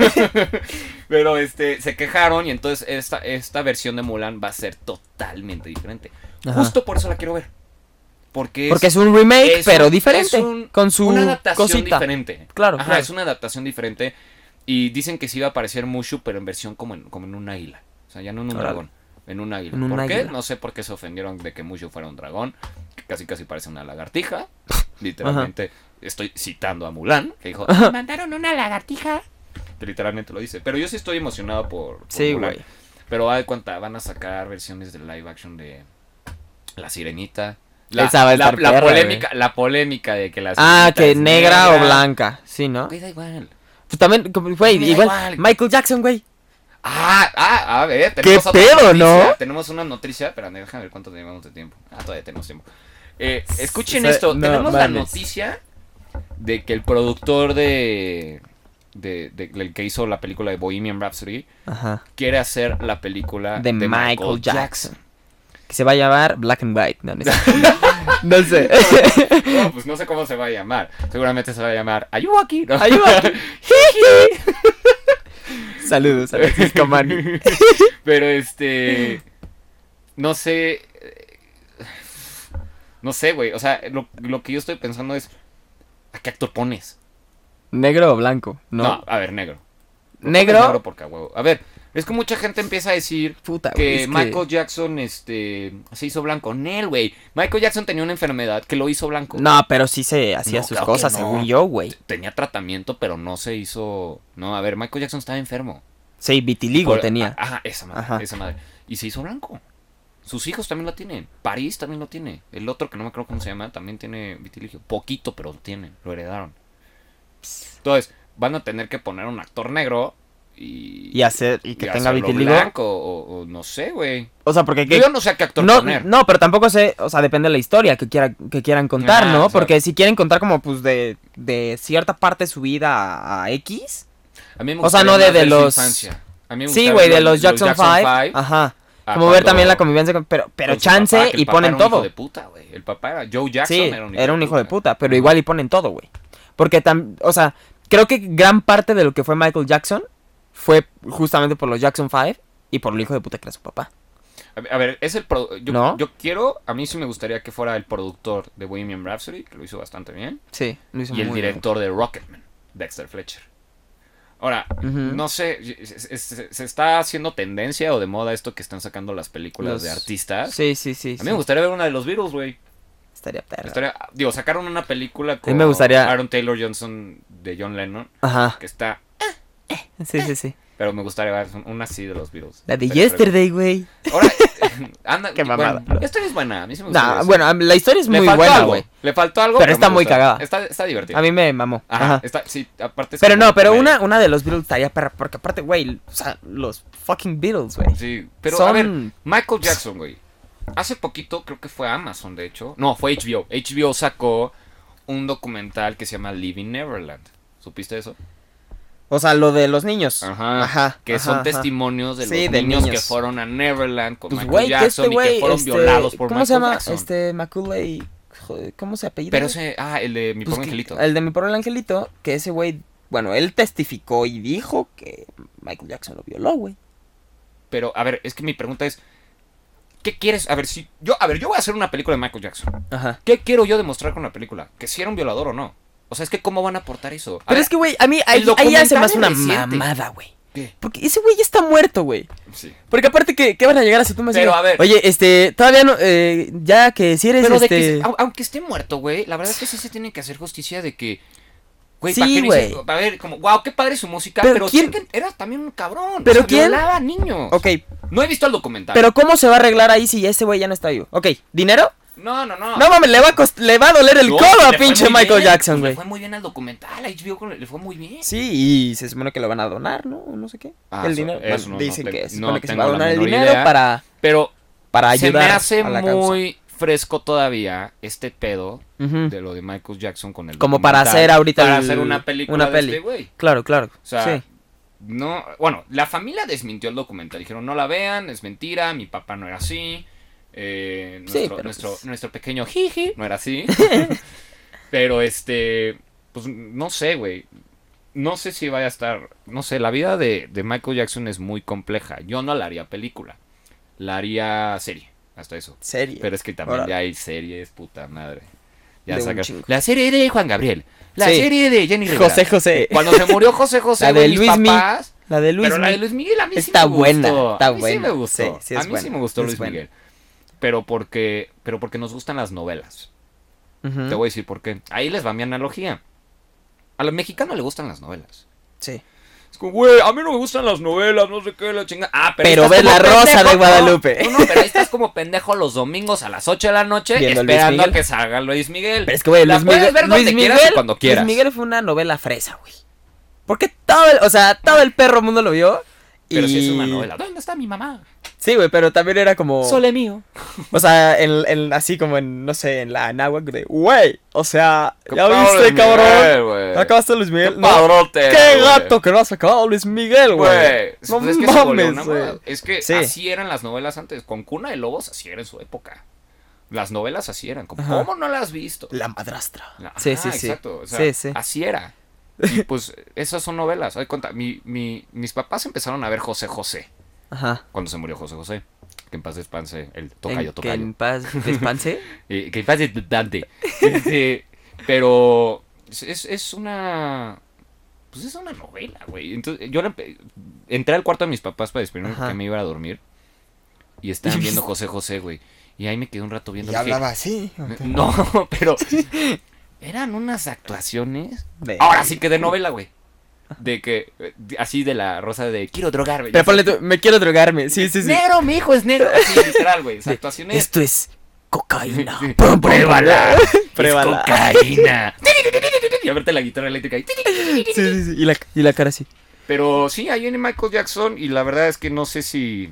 Pero este, se quejaron y entonces esta, esta versión de Mulan va a ser totalmente diferente. Ajá. Justo por eso la quiero ver. Porque es, porque es un remake, es pero un- diferente. es un- con su una adaptación cosita. diferente. Claro, Ajá, claro. es una adaptación diferente. Y dicen que sí iba a aparecer Mushu, pero en versión como en, como en un águila. O sea, ya no en un Órale. dragón, en un águila. En un ¿Por qué? águila. No sé por qué se ofendieron de que Mushu fuera un dragón. Que casi casi parece una lagartija. Literalmente estoy citando a Mulan, que dijo, "Me mandaron una lagartija". Literalmente lo dice. Pero yo sí estoy emocionado por, por Sí, Mulan. güey. Pero hay cuenta, van a sacar versiones de live action de La Sirenita. La, Esa va a la- estar la perra, polémica, la polémica de que la Ah, Sirenita que es negra, o blanca. Sí, ¿no? Güey, da igual. Pues también, como- güey, Me da igual. igual. Michael Jackson, güey. Ah, ah, a ver, tenemos otra pedo, noticia, no? Tenemos una noticia, pero déjame ver cuánto llevamos de tiempo. Ah, todavía tenemos tiempo. Eh, escuchen O sea, esto, no tenemos la mames. noticia de que el productor de de, de, el que hizo la película de Bohemian Rhapsody, Ajá. quiere hacer la película De, de, Michael, Michael Jackson. Jackson. Que se va a llamar Black and White. No, no sé. No sé. No, pues no sé cómo se va a llamar. Seguramente se va a llamar Ayuaki, ¿no? Ayuda. Saludos a Francisco Mani. Pero este... No sé... No sé, güey. O sea, lo, lo que yo estoy pensando es... ¿A qué actor pones? ¿Negro o blanco? No. No, a ver, negro. No ¿Negro? pongas negro porque a huevo. A ver, es que mucha gente empieza a decir Puta, güey, que es que- Michael Jackson este, se hizo blanco. Nel, güey. Michael Jackson tenía una enfermedad que lo hizo blanco. No, pero sí se hacía No, sus claro que cosas, no. según yo, güey. Tenía tratamiento, pero no se hizo... No, a ver, Michael Jackson estaba enfermo. Sí, vitiligo Por- tenía. Ajá, esa madre, Ajá. esa madre. Y se hizo blanco. Sus hijos también lo tienen. París también lo tiene. El otro, que no me acuerdo cómo se llama, también tiene vitiligo. Poquito, pero lo tienen. Lo heredaron. Entonces, van a tener que poner un actor negro y... Y hacer, y que y tenga hacerlo vitiligo. blanco, o, o no sé, güey. O sea, porque que... Yo no sé a qué actor No, poner. no, pero tampoco sé, o sea, depende de la historia que, quiera, que quieran contar, Ajá, ¿no? o sea- Porque si quieren contar como, pues, de, de cierta parte de su vida a, a X. A mí me O sea, gustaría no de- más de ver su los- infancia. A mí me Sí, gustaría güey, ver de los Jackson five. Ajá. a Como ver cuando- también la convivencia, con- pero, pero con su papá, chance que el y papá ponen era un hijo todo. de puta, güey. El papá era Joe Jackson, Sí, era un hijo, de, puta, pero Ajá. igual y ponen todo, güey. Porque, tam, o sea, creo que gran parte de lo que fue Michael Jackson fue justamente por los Jackson five y por el hijo de puta que era su papá. A ver, a ver, es el pro- yo, ¿No? yo quiero, a mí sí me gustaría que fuera el productor de Bohemian Rhapsody, que lo hizo bastante bien, Sí, lo hizo y el muy bien. director de Rocketman, Dexter Fletcher. Ahora, Ujú. no sé, se, se- se está haciendo tendencia o de moda esto que están sacando las películas Los- de artistas. Sí, sí, sí. A mí sí. me gustaría ver una de los Beatles, güey. Estaría perro. Estaría- Digo, sacaron una película con mí me gustaría- Aaron Taylor Johnson de John Lennon, Ajá. que está... Sí, sí, sí. Pero me gustaría ver una así de los Beatles. La de Estaría Yesterday, güey. fregón. Ahora, anda... Qué mamada. Bueno, esta es buena, a mí sí me gusta. Nah, bueno, la historia es Le muy faltó buena, algo, güey. Le faltó algo, Pero está me muy gusta. cagada. Está, está divertido. A mí me mamó. Ajá, Ajá. está, sí, aparte es Pero como no, pero comedia. una, una de los Beatles estaría perra, porque aparte, güey, o sea, los fucking Beatles, güey. Sí, pero Son- a ver, Michael Jackson, güey. Hace poquito, creo que fue Amazon, de hecho. No, fue H B O. H B O sacó un documental que se llama Living Neverland. ¿Supiste eso? O sea, lo de los niños. Ajá. Ajá. Que ajá, son ajá. testimonios de Sí, los de niños, niños. que fueron a Neverland con Pues, Michael güey, que Jackson este y que güey, fueron este, violados por ¿cómo Michael se llama? Jackson. Este, Macaulay, joder, ¿cómo se apellida? Pero ese, ah, el de mi Pues pobre que- angelito. El de mi pobre angelito, que ese güey, bueno, él testificó y dijo que Michael Jackson lo violó, güey. Pero, a ver, es que mi pregunta es, ¿qué quieres? A ver, si yo, a ver, yo voy a hacer una película de Michael Jackson. Ajá. ¿Qué quiero yo demostrar con la película? ¿Que si era un violador o no? O sea, es que ¿cómo van a aportar eso? A Pero ver, es que, güey, a mí ahí, el ahí hace documental más es una reciente. mamada, güey. ¿qué? Porque ese güey ya está muerto, güey. Sí. Porque aparte que, ¿qué van a llegar a su tumba? Así Pero, de, a ver. Oye, este, todavía no, eh, ya que si eres, Pero de este... que, se- au- aunque esté muerto, güey, la verdad es que sí se tiene que hacer justicia de que... Güey, Sí, ¿para qué güey. dices? A ver, como, wow, qué padre su música, Pero pero, ¿quién- chequen, era también un cabrón. ¿Pero o sea, quién? violaba niños. Ok, No he visto el documental. pero ¿cómo se va a arreglar ahí si ese güey ya no está vivo? Ok, ¿dinero? No, no, no. No mames, le va a, cost- le va a doler el No, codo a le fue pinche muy Michael bien, Jackson, pues, güey. Le fue muy bien al documental, a H B O con- le fue muy bien. Sí, y se supone que lo van a donar, ¿no? O no sé qué. Ah, el eso- dinero. eso Bueno, no- dicen no te- que se no supone que se tengo va a la donar el menor dinero idea. para, Pero para se ayudar me hace a la causa. muy fresco todavía este pedo Ujú. de lo de Michael Jackson con el Como para documental, hacer ahorita para el- hacer una película una de peli. este güey. Claro, claro. O sea, sí. no, bueno, la familia desmintió el documental. Dijeron, no la vean, es mentira, mi papá no era así. eh, Sí, nuestro, pero nuestro, pues- nuestro pequeño jiji no era así. Pero este, pues no sé, güey. No sé si vaya a estar, no sé, la vida de, de Michael Jackson es muy compleja. Yo no la haría película, la haría serie, hasta eso. Serie. Pero es que también Órale. ya hay series, puta madre. Ya De un saca- chingo. La serie de Juan Gabriel, la Sí. serie de Jenny Rivera. José José. Cuando se murió José José, La de güey, mis Luis Mi- papás... La de Luis Pero la de Mi- Luis Miguel a mí sí Está me buena, gustó. está a mí sí buena. me gustó. Sí, sí es a mí sí buena, me gustó es Luis buena. Miguel. Pero porque, pero porque nos gustan las novelas. Ujú. Te voy a decir por qué. Ahí les va mi analogía. A los mexicanos le gustan las novelas. Sí. Es como, güey, a mí no me gustan las novelas, no sé qué, la chinga. Ah, pero, Pero estás ves La como Rosa pendejo. de Guadalupe. No, no, no, pero ahí estás como pendejo los domingos a las ocho de la noche Viendo Luis esperando a Miguel. que salga Luis Miguel. Pero es que, güey, Las Luis puedes Miguel, ver donde Luis quieras Miguel, y cuando quieras. Luis Miguel fue una novela fresa, güey. Porque todo el, o sea, todo el perro mundo lo vio. Pero y... sí es una novela. ¿Dónde está mi mamá? Sí, güey, pero también era como... Sole mío. O sea, en, en- así como en, no sé, en la náhuatl de, güey, o sea, Qué ¿ya padre, viste, Luis cabrón? Miguel, güey. ¿Acabaste Luis Miguel? Qué No, padrote, ¡qué güey. gato que lo ha sacado Luis Miguel, güey! Güey, No pues es que se volvió mames, una güey. moda. Es que Sí. así eran las novelas antes. Con Cuna de Lobos así era en su época. Las novelas así eran. Como, Ajá. ¿cómo no las has visto? La madrastra. La- Sí, ajá, sí, sí. Exacto. O sea, Sí, sí. así era. Y pues esas son novelas. Ay, cuenta, mi, mi, mis papás empezaron a ver José José Ajá. cuando se murió José José. Que en paz descanse el tocayo, En- Que tocayo. en paz descanse. Eh, que en paz descanse. Este, pero es, es una... Pues es una novela, güey. Entonces, yo la empe- entré al cuarto de mis papás para despedirme Ajá. porque me iba a dormir. Y estaban viendo José José, güey. Y ahí me quedé un rato viendo. Y dije, hablaba así. no, pero eran unas actuaciones. De- Ahora sí que de novela, güey. De que, eh, así de la rosa de quiero drogarme. Pero ponle tú, me quiero drogarme. Sí, sí, sí. Negro, mi hijo es negro. Así, literal, güey. Esas Sí. actuaciones. Esto es cocaína. Sí. Pum, pum, Pruébala. Pruébala. Es cocaína. Y a verte la guitarra eléctrica. y- Sí, sí, sí. Y la, y la cara así. Pero sí, ahí viene Michael Jackson. Y la verdad es que no sé si.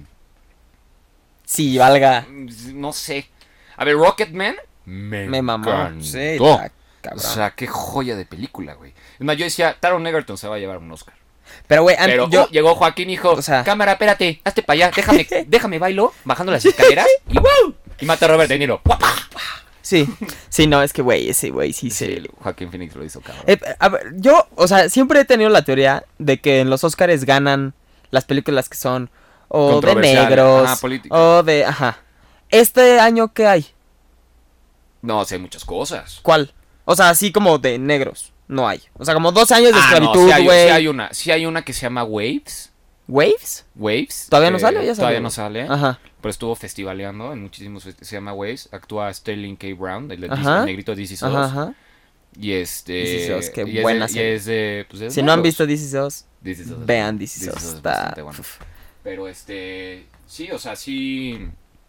Sí, valga. No sé. A ver, Rocketman. Me, Me mamó. encantó. Sí, está O cabrón. sea, qué joya de película, güey. Es más, yo decía, Taron Egerton se va a llevar un Oscar. Pero, güey, an- Pero yo... oh, llegó Joaquín y dijo, O sea- cámara, espérate, hazte para allá, déjame, déjame bailo, bajando las escaleras, y ¡wow! Y mata a Robert De Niro. ¡Guapa! Sí, sí, no, es que, güey, ese güey sí se... Sí, Joaquín Phoenix lo hizo, cabrón. Eh, a ver, yo, o sea, siempre he tenido la teoría de que en los Oscars ganan las películas que son o de Controversiales, negros ajá, políticas. o de, ajá. Este año, ¿qué hay? No, sí hay muchas cosas. ¿Cuál? O sea, así como de negros, no hay. O sea, como dos años de Ah, no, esclavitud, sí hay, güey. sí hay una, sí hay una que se llama Waves. ¿Waves? Waves. ¿Todavía no que sale o ya Todavía salió? no sale. Ajá. Pero estuvo festivaleando en muchísimos festi- se llama Waves. Actúa Sterling K. Brown, el, de Ajá. el negrito de D C S O S. Ajá, ajá. Y este. D C S O S, qué y es de- buena y serie. es de, pues, de Si no han negros. visto D C S O S, D C S O S, vean D D C S C O S, S O S, está... bastante bueno. Pero este. Sí, o sea, sí.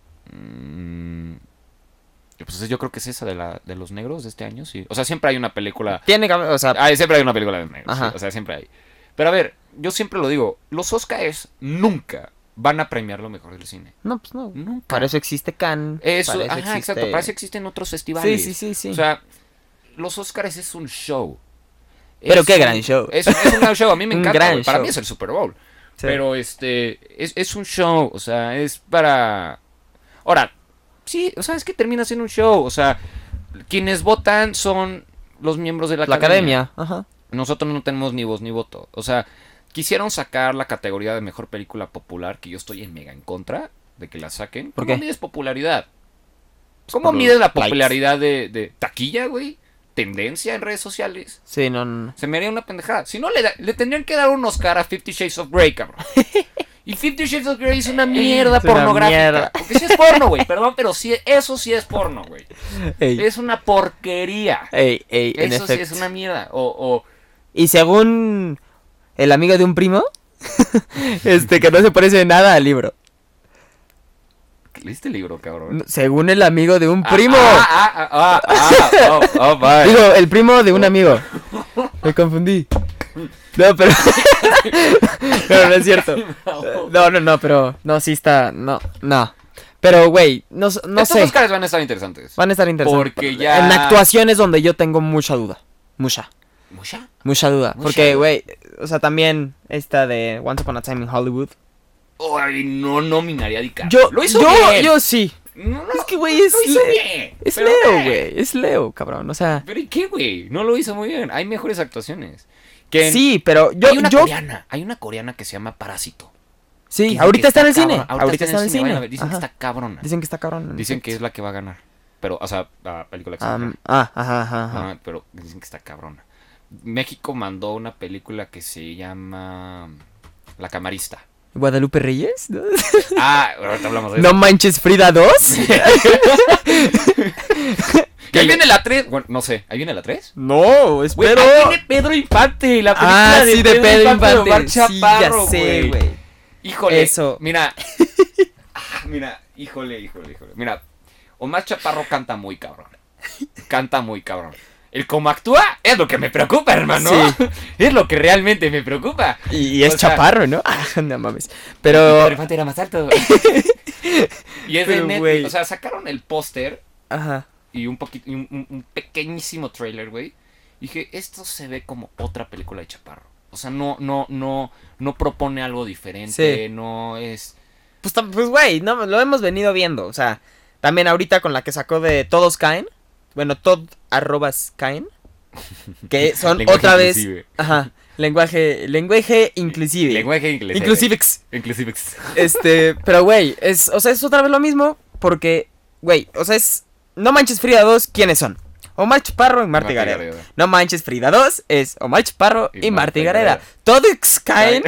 mm, pues yo creo que es esa de, la, de los negros de este año, sí. O sea, siempre hay una película. Tiene que, o sea, Ah, siempre hay una película de negros. Ajá. Sí, o sea, siempre hay. Pero a ver, yo siempre lo digo: los Oscars nunca van a premiar lo mejor del cine. no, pues no. Nunca. Para eso existe Cannes. Eso, para eso ajá, existe... exacto. Para eso existen otros festivales. Sí, sí, sí, sí. O sea, los Oscars es un show. Pero Es qué un- gran show. Es, es un gran show, a mí me Un encanta. gran güey. Para show. mí es el Super Bowl. Sí. Pero este, es, es un show, o sea, es para... Ahora, sí, o sea, es que termina siendo un show, o sea, quienes votan son los miembros de la, La academia. academia, ajá. Nosotros no tenemos ni voz ni voto. O sea, quisieron sacar la categoría de mejor película popular, que yo estoy en mega en contra de que la saquen. ¿Por ¿Cómo qué? mides popularidad? ¿Cómo por mides la likes. popularidad de, de taquilla, güey? ¿Tendencia en redes sociales? Sí, no, no, no. Se me haría una pendejada. Si no, le, da- le tendrían que dar un Oscar a Fifty Shades of Grey, cabrón. Y Fifty Shades of Grey es una mierda Es una pornográfica. mierda. Porque sí es porno, güey. Perdón, pero sí, eso sí es porno, güey. Ey, Es una porquería. ey, ey, en Eso sí efecto. es una mierda. O, o Y según el amigo de un primo, este, que no se parece en nada al libro. ¿leíste el libro, cabrón? No, según el amigo de un Ah, primo. Ah, ah, ah, ah, ah, oh, oh, bye. Digo, el primo de un amigo. Me confundí. No, pero... pero no es cierto. No, no, no, pero... No, sí está... No, no. Pero, güey, no, no Estos sé. Oscars van a estar interesantes. Van a estar interesantes. Porque ya- En actuaciones donde yo tengo mucha duda. Mucha. ¿Mucha? Mucha duda. Mucha Porque, duda. güey, o sea, también esta de Once Upon a Time in Hollywood. Ay, no nominaría a DiCaprio. Yo, lo hizo yo, bien. yo sí. No, no, Es que, güey, es, lo hizo Le- bien. es pero, Leo, eh, güey. Es Leo, cabrón. O sea, ¿Pero y qué, güey? No lo hizo muy bien. Hay mejores actuaciones. Que en- sí, pero yo, hay una yo, coreana. Hay una coreana que se llama Parásito. sí, Dicen ahorita que está en el cine. cabrón. Ahorita está en el vayan a cine. ver. Dicen Ajá. que está cabrona. Dicen que está cabrón. en Dicen que es efecto. la que va a ganar. Pero, o sea, la película Am, extranjera. ah, ajá, ajá, ajá. Ah, pero dicen que está cabrona. México mandó una película que se llama La Camarista. ¿Guadalupe Reyes? ¿No? Ah, ahorita hablamos de ¿No eso. manches Frida dos? Que ahí viene la tres. Bueno, no sé. ¿Ahí viene la tres? No, Güey, espero. ahí viene Pedro Infante. La película Ah, de sí, de Pedro Infante. Omar Sí, ya Chaparro, sé, güey. güey. Híjole. Eso. Mira. Ah, mira, híjole, híjole, híjole. Mira, Omar Chaparro canta muy cabrón. Canta muy cabrón. el cómo actúa es lo que me preocupa, hermano. Sí. Es lo que realmente me preocupa. Y, y es O sea, chaparro, ¿no? Ah, no mames. Pero Pero... el Infante era más alto. Y es de Pero, Netflix. güey. O sea, sacaron el póster Ajá. y un poquito, y un, un- un pequeñísimo trailer, güey. Y dije, esto se ve como otra película de Chaparro. O sea, no, no, no, no propone algo diferente, Sí. no es. Pues, tam- pues, güey, no, lo hemos venido viendo. O sea, también ahorita con la que sacó de Todos Caen. Bueno, Tod arrobas caen. Que son Lenguaje otra vez... inclusive. Ajá. Lenguaje, lenguaje inclusive. Lenguaje inglés. Inclusivex. Inclusivex. Este, pero güey, es, o sea, es otra vez lo mismo. Porque, güey, o sea, es... No Manches Frida dos, ¿quiénes son? Omar Chaparro y Marta Marta Gareda. Gareda. No Manches Frida dos es Omar Chaparro y, Y Marta Marta Gareda. Gareda. Todos Caen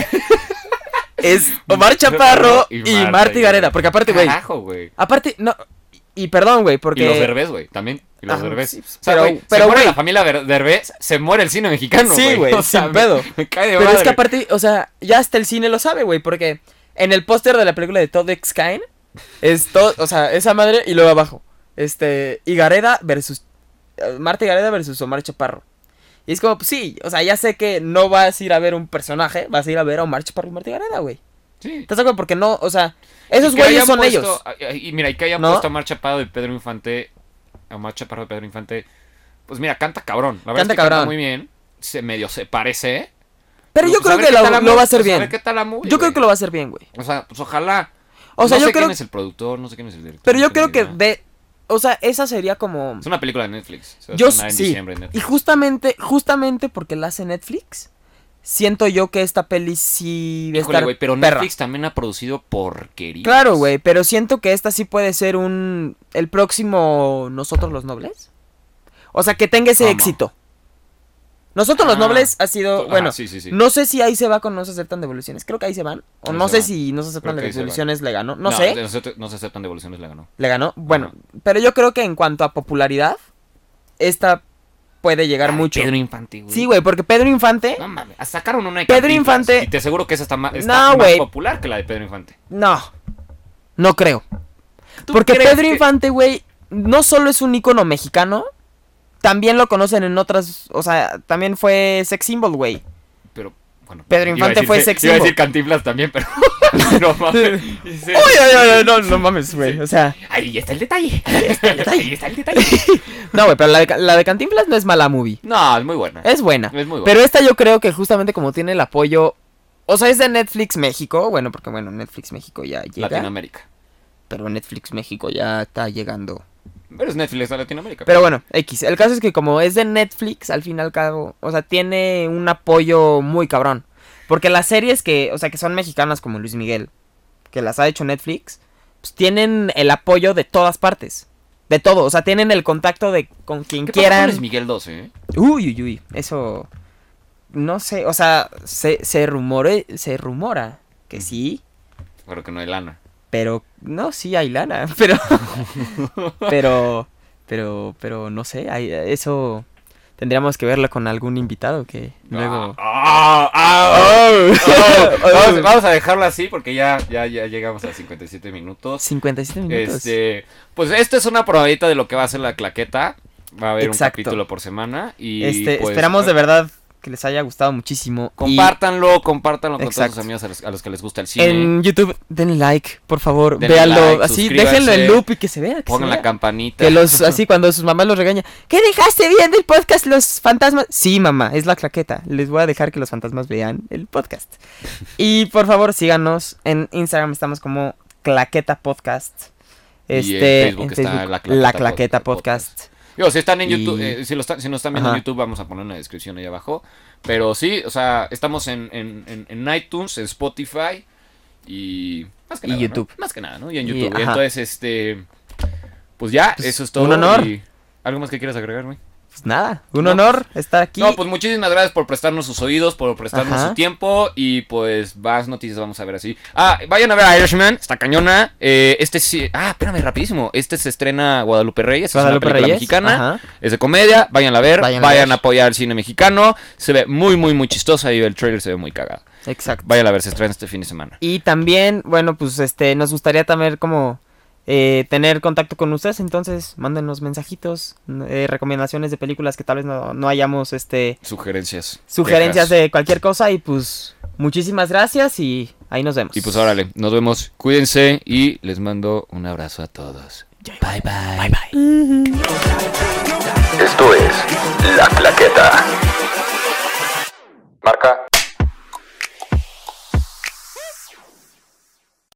es Omar Chaparro y, Marta Gareda. Porque aparte, güey, Carajo, güey. aparte, no... Y perdón, güey, porque... Y los Derbez, güey, también. Y los Ajá, Derbez. sí, O sea, pero- güey, pero, se muere güey. la familia Ver- Derbez, se muere el cine mexicano, güey. Sí, güey, O sea, sin me- pedo. Me cae de Pero madre. es que aparte, o sea, ya hasta el cine lo sabe, güey, porque en el póster de la película de Todd X Cain es todo, o sea, esa madre y luego abajo, este, y Gareda versus, eh, Marta Gareda versus Omar Chaparro. Y es como, pues sí, o sea, ya sé que no vas a ir a ver un personaje, vas a ir a ver a Omar Chaparro y Marta Gareda, güey. Sí. ¿Estás de acuerdo? Porque no, o sea, esos Y que güeyes hayan son puesto- ellos. Y mira, y que hayan ¿No? puesto a Omar Chaparro y Pedro Infante. A Omar Chaparro y Pedro Infante. Pues mira, canta cabrón. La verdad Canta es que canta cabrón. muy bien. Se medio se parece. Pero yo pues, a creo ver que qué lo, tal la lo va a movie, hacer pues, bien. ver qué tal la movie, Yo creo güey. que lo va a hacer bien, güey. O sea, pues ojalá. O sea, no yo sé creo, quién es el productor, no sé quién es el director. pero no yo tengo creo ni que idea. de, o sea, esa sería como... Es una película de Netflix. Se va a Yo estrenar en sí, diciembre en y Netflix. justamente, justamente porque la hace Netflix, siento yo que esta peli sí de Híjole, estar güey, pero perra. Netflix también ha producido porquerías. Claro, güey, pero siento que esta sí puede ser un... el próximo Nosotros los Nobles. O sea, que tenga ese ¿Cómo? éxito. Nosotros los Ah. Nobles ha sido, Ajá, bueno, sí, sí, sí. no sé si ahí se va con No se aceptan devoluciones, creo que ahí se van, o Ahí no se sé van. si No se aceptan Creo que ahí se devoluciones le ganó, no, de- sé, No, se- no se aceptan devoluciones, le ganó. le ganó, bueno, Ajá. pero yo creo que en cuanto a popularidad, esta puede llegar La de mucho. Pedro Infante, güey. Sí, güey, porque Pedro Infante, No mames, sacaron una de Pedro Cantinflas, Infante- Y te aseguro que esa está, ma- está No, más güey. popular que la de Pedro Infante. no, no creo. ¿Tú Porque crees Pedro que- Infante, güey, no solo es un ícono mexicano, también lo conocen en otras, o sea, también fue sex symbol, güey. Pero, bueno. Pedro iba a Infante decir- fue Iba sex a symbol. decir Cantinflas también, pero. no mames. Sí. Uy, ay, ay, no, no mames, güey, o sea, Ahí está el detalle. Ahí está el detalle. Ahí está el detalle. no, güey, pero la de, la de Cantinflas no es mala movie, No, es muy buena. es buena. Es muy buena. Pero esta yo creo que justamente como tiene el apoyo, o sea, es de Netflix México, bueno, porque bueno, Netflix México ya llega, Latinoamérica. pero Netflix México ya está llegando. Pero es Netflix de Latinoamérica. Pero bueno, X. El caso es que como es de Netflix, al fin y al cabo, o sea, tiene un apoyo muy cabrón. Porque las series que, o sea, que son mexicanas como Luis Miguel, que las ha hecho Netflix, pues tienen el apoyo de todas partes. De todo, o sea, tienen el contacto de con quien ¿Qué pasó con quieran. Luis Miguel dos, eh? Uy, uy, uy, eso no sé, o sea, se se rumore, se rumora que sí, Pero que no hay lana. pero no, sí hay lana, pero pero pero pero no sé, hay, eso tendríamos que verlo con algún invitado que luego Ah, ah, ah, oh, vamos, vamos a dejarlo así porque ya, ya, ya llegamos a cincuenta y siete minutos. cincuenta y siete minutos. Este, pues esto es una probadita de lo que va a ser la claqueta. Va a haber Exacto. un capítulo por semana y Este, pues, esperamos de verdad que les haya gustado muchísimo. y compártanlo, compártanlo con todos Exacto. sus amigos a los, a los que les gusta el cine. en YouTube denle like, por favor, Denle véanlo like, así, suscríbanse, déjenlo en loop y que se vea, que Pongan se la vea. campanita. Que los, así cuando sus mamás los regañan, ¿qué dejaste viendo el podcast Los Fantasmas? Sí, mamá, es la claqueta. Les voy a dejar que los fantasmas vean el podcast. Y por favor, síganos. En Instagram estamos como Claqueta Podcast. Y en Este, Facebook está La Claqueta La Claqueta Podcast. Podcast. Digo, si están en Y- YouTube, eh, si, lo están, si nos están viendo Ajá. en YouTube, vamos a poner una descripción ahí abajo. Pero sí, o sea, estamos en, en, en, en iTunes, en Spotify y más que Y nada, YouTube. ¿no? Más que nada, ¿no? Y en Y- YouTube. Y, ajá. entonces, este, pues ya, Pues, eso es todo. un honor. y- ¿Algo más que quieras agregar, güey? Pues nada, un No. honor estar aquí. No, pues muchísimas gracias por prestarnos sus oídos, por prestarnos Ajá. su tiempo y pues más noticias vamos a ver así. Ah, vayan a ver a Irishman, está cañona. Eh, este sí, ah, espérame, rapidísimo. Este se estrena Guadalupe Reyes, Guadalupe es una película Reyes, mexicana. ajá. Es de comedia, vayan a ver, Vayan vayan, a a, ver. apoyar el cine mexicano. Se ve muy, muy, muy chistosa y el trailer se ve muy cagado. Exacto. Vayan a ver, se estrena este fin de semana. Y también, bueno, pues este, nos gustaría también como eh, tener contacto con ustedes. Entonces, mándenos mensajitos, eh, recomendaciones de películas que tal vez no, no hayamos, este... Sugerencias. Sugerencias quejas. de cualquier cosa y pues muchísimas gracias y ahí nos vemos. Y pues órale, nos vemos. Cuídense y les mando un abrazo a todos. Bye bye. Bye bye. Esto es La Claqueta. Marca.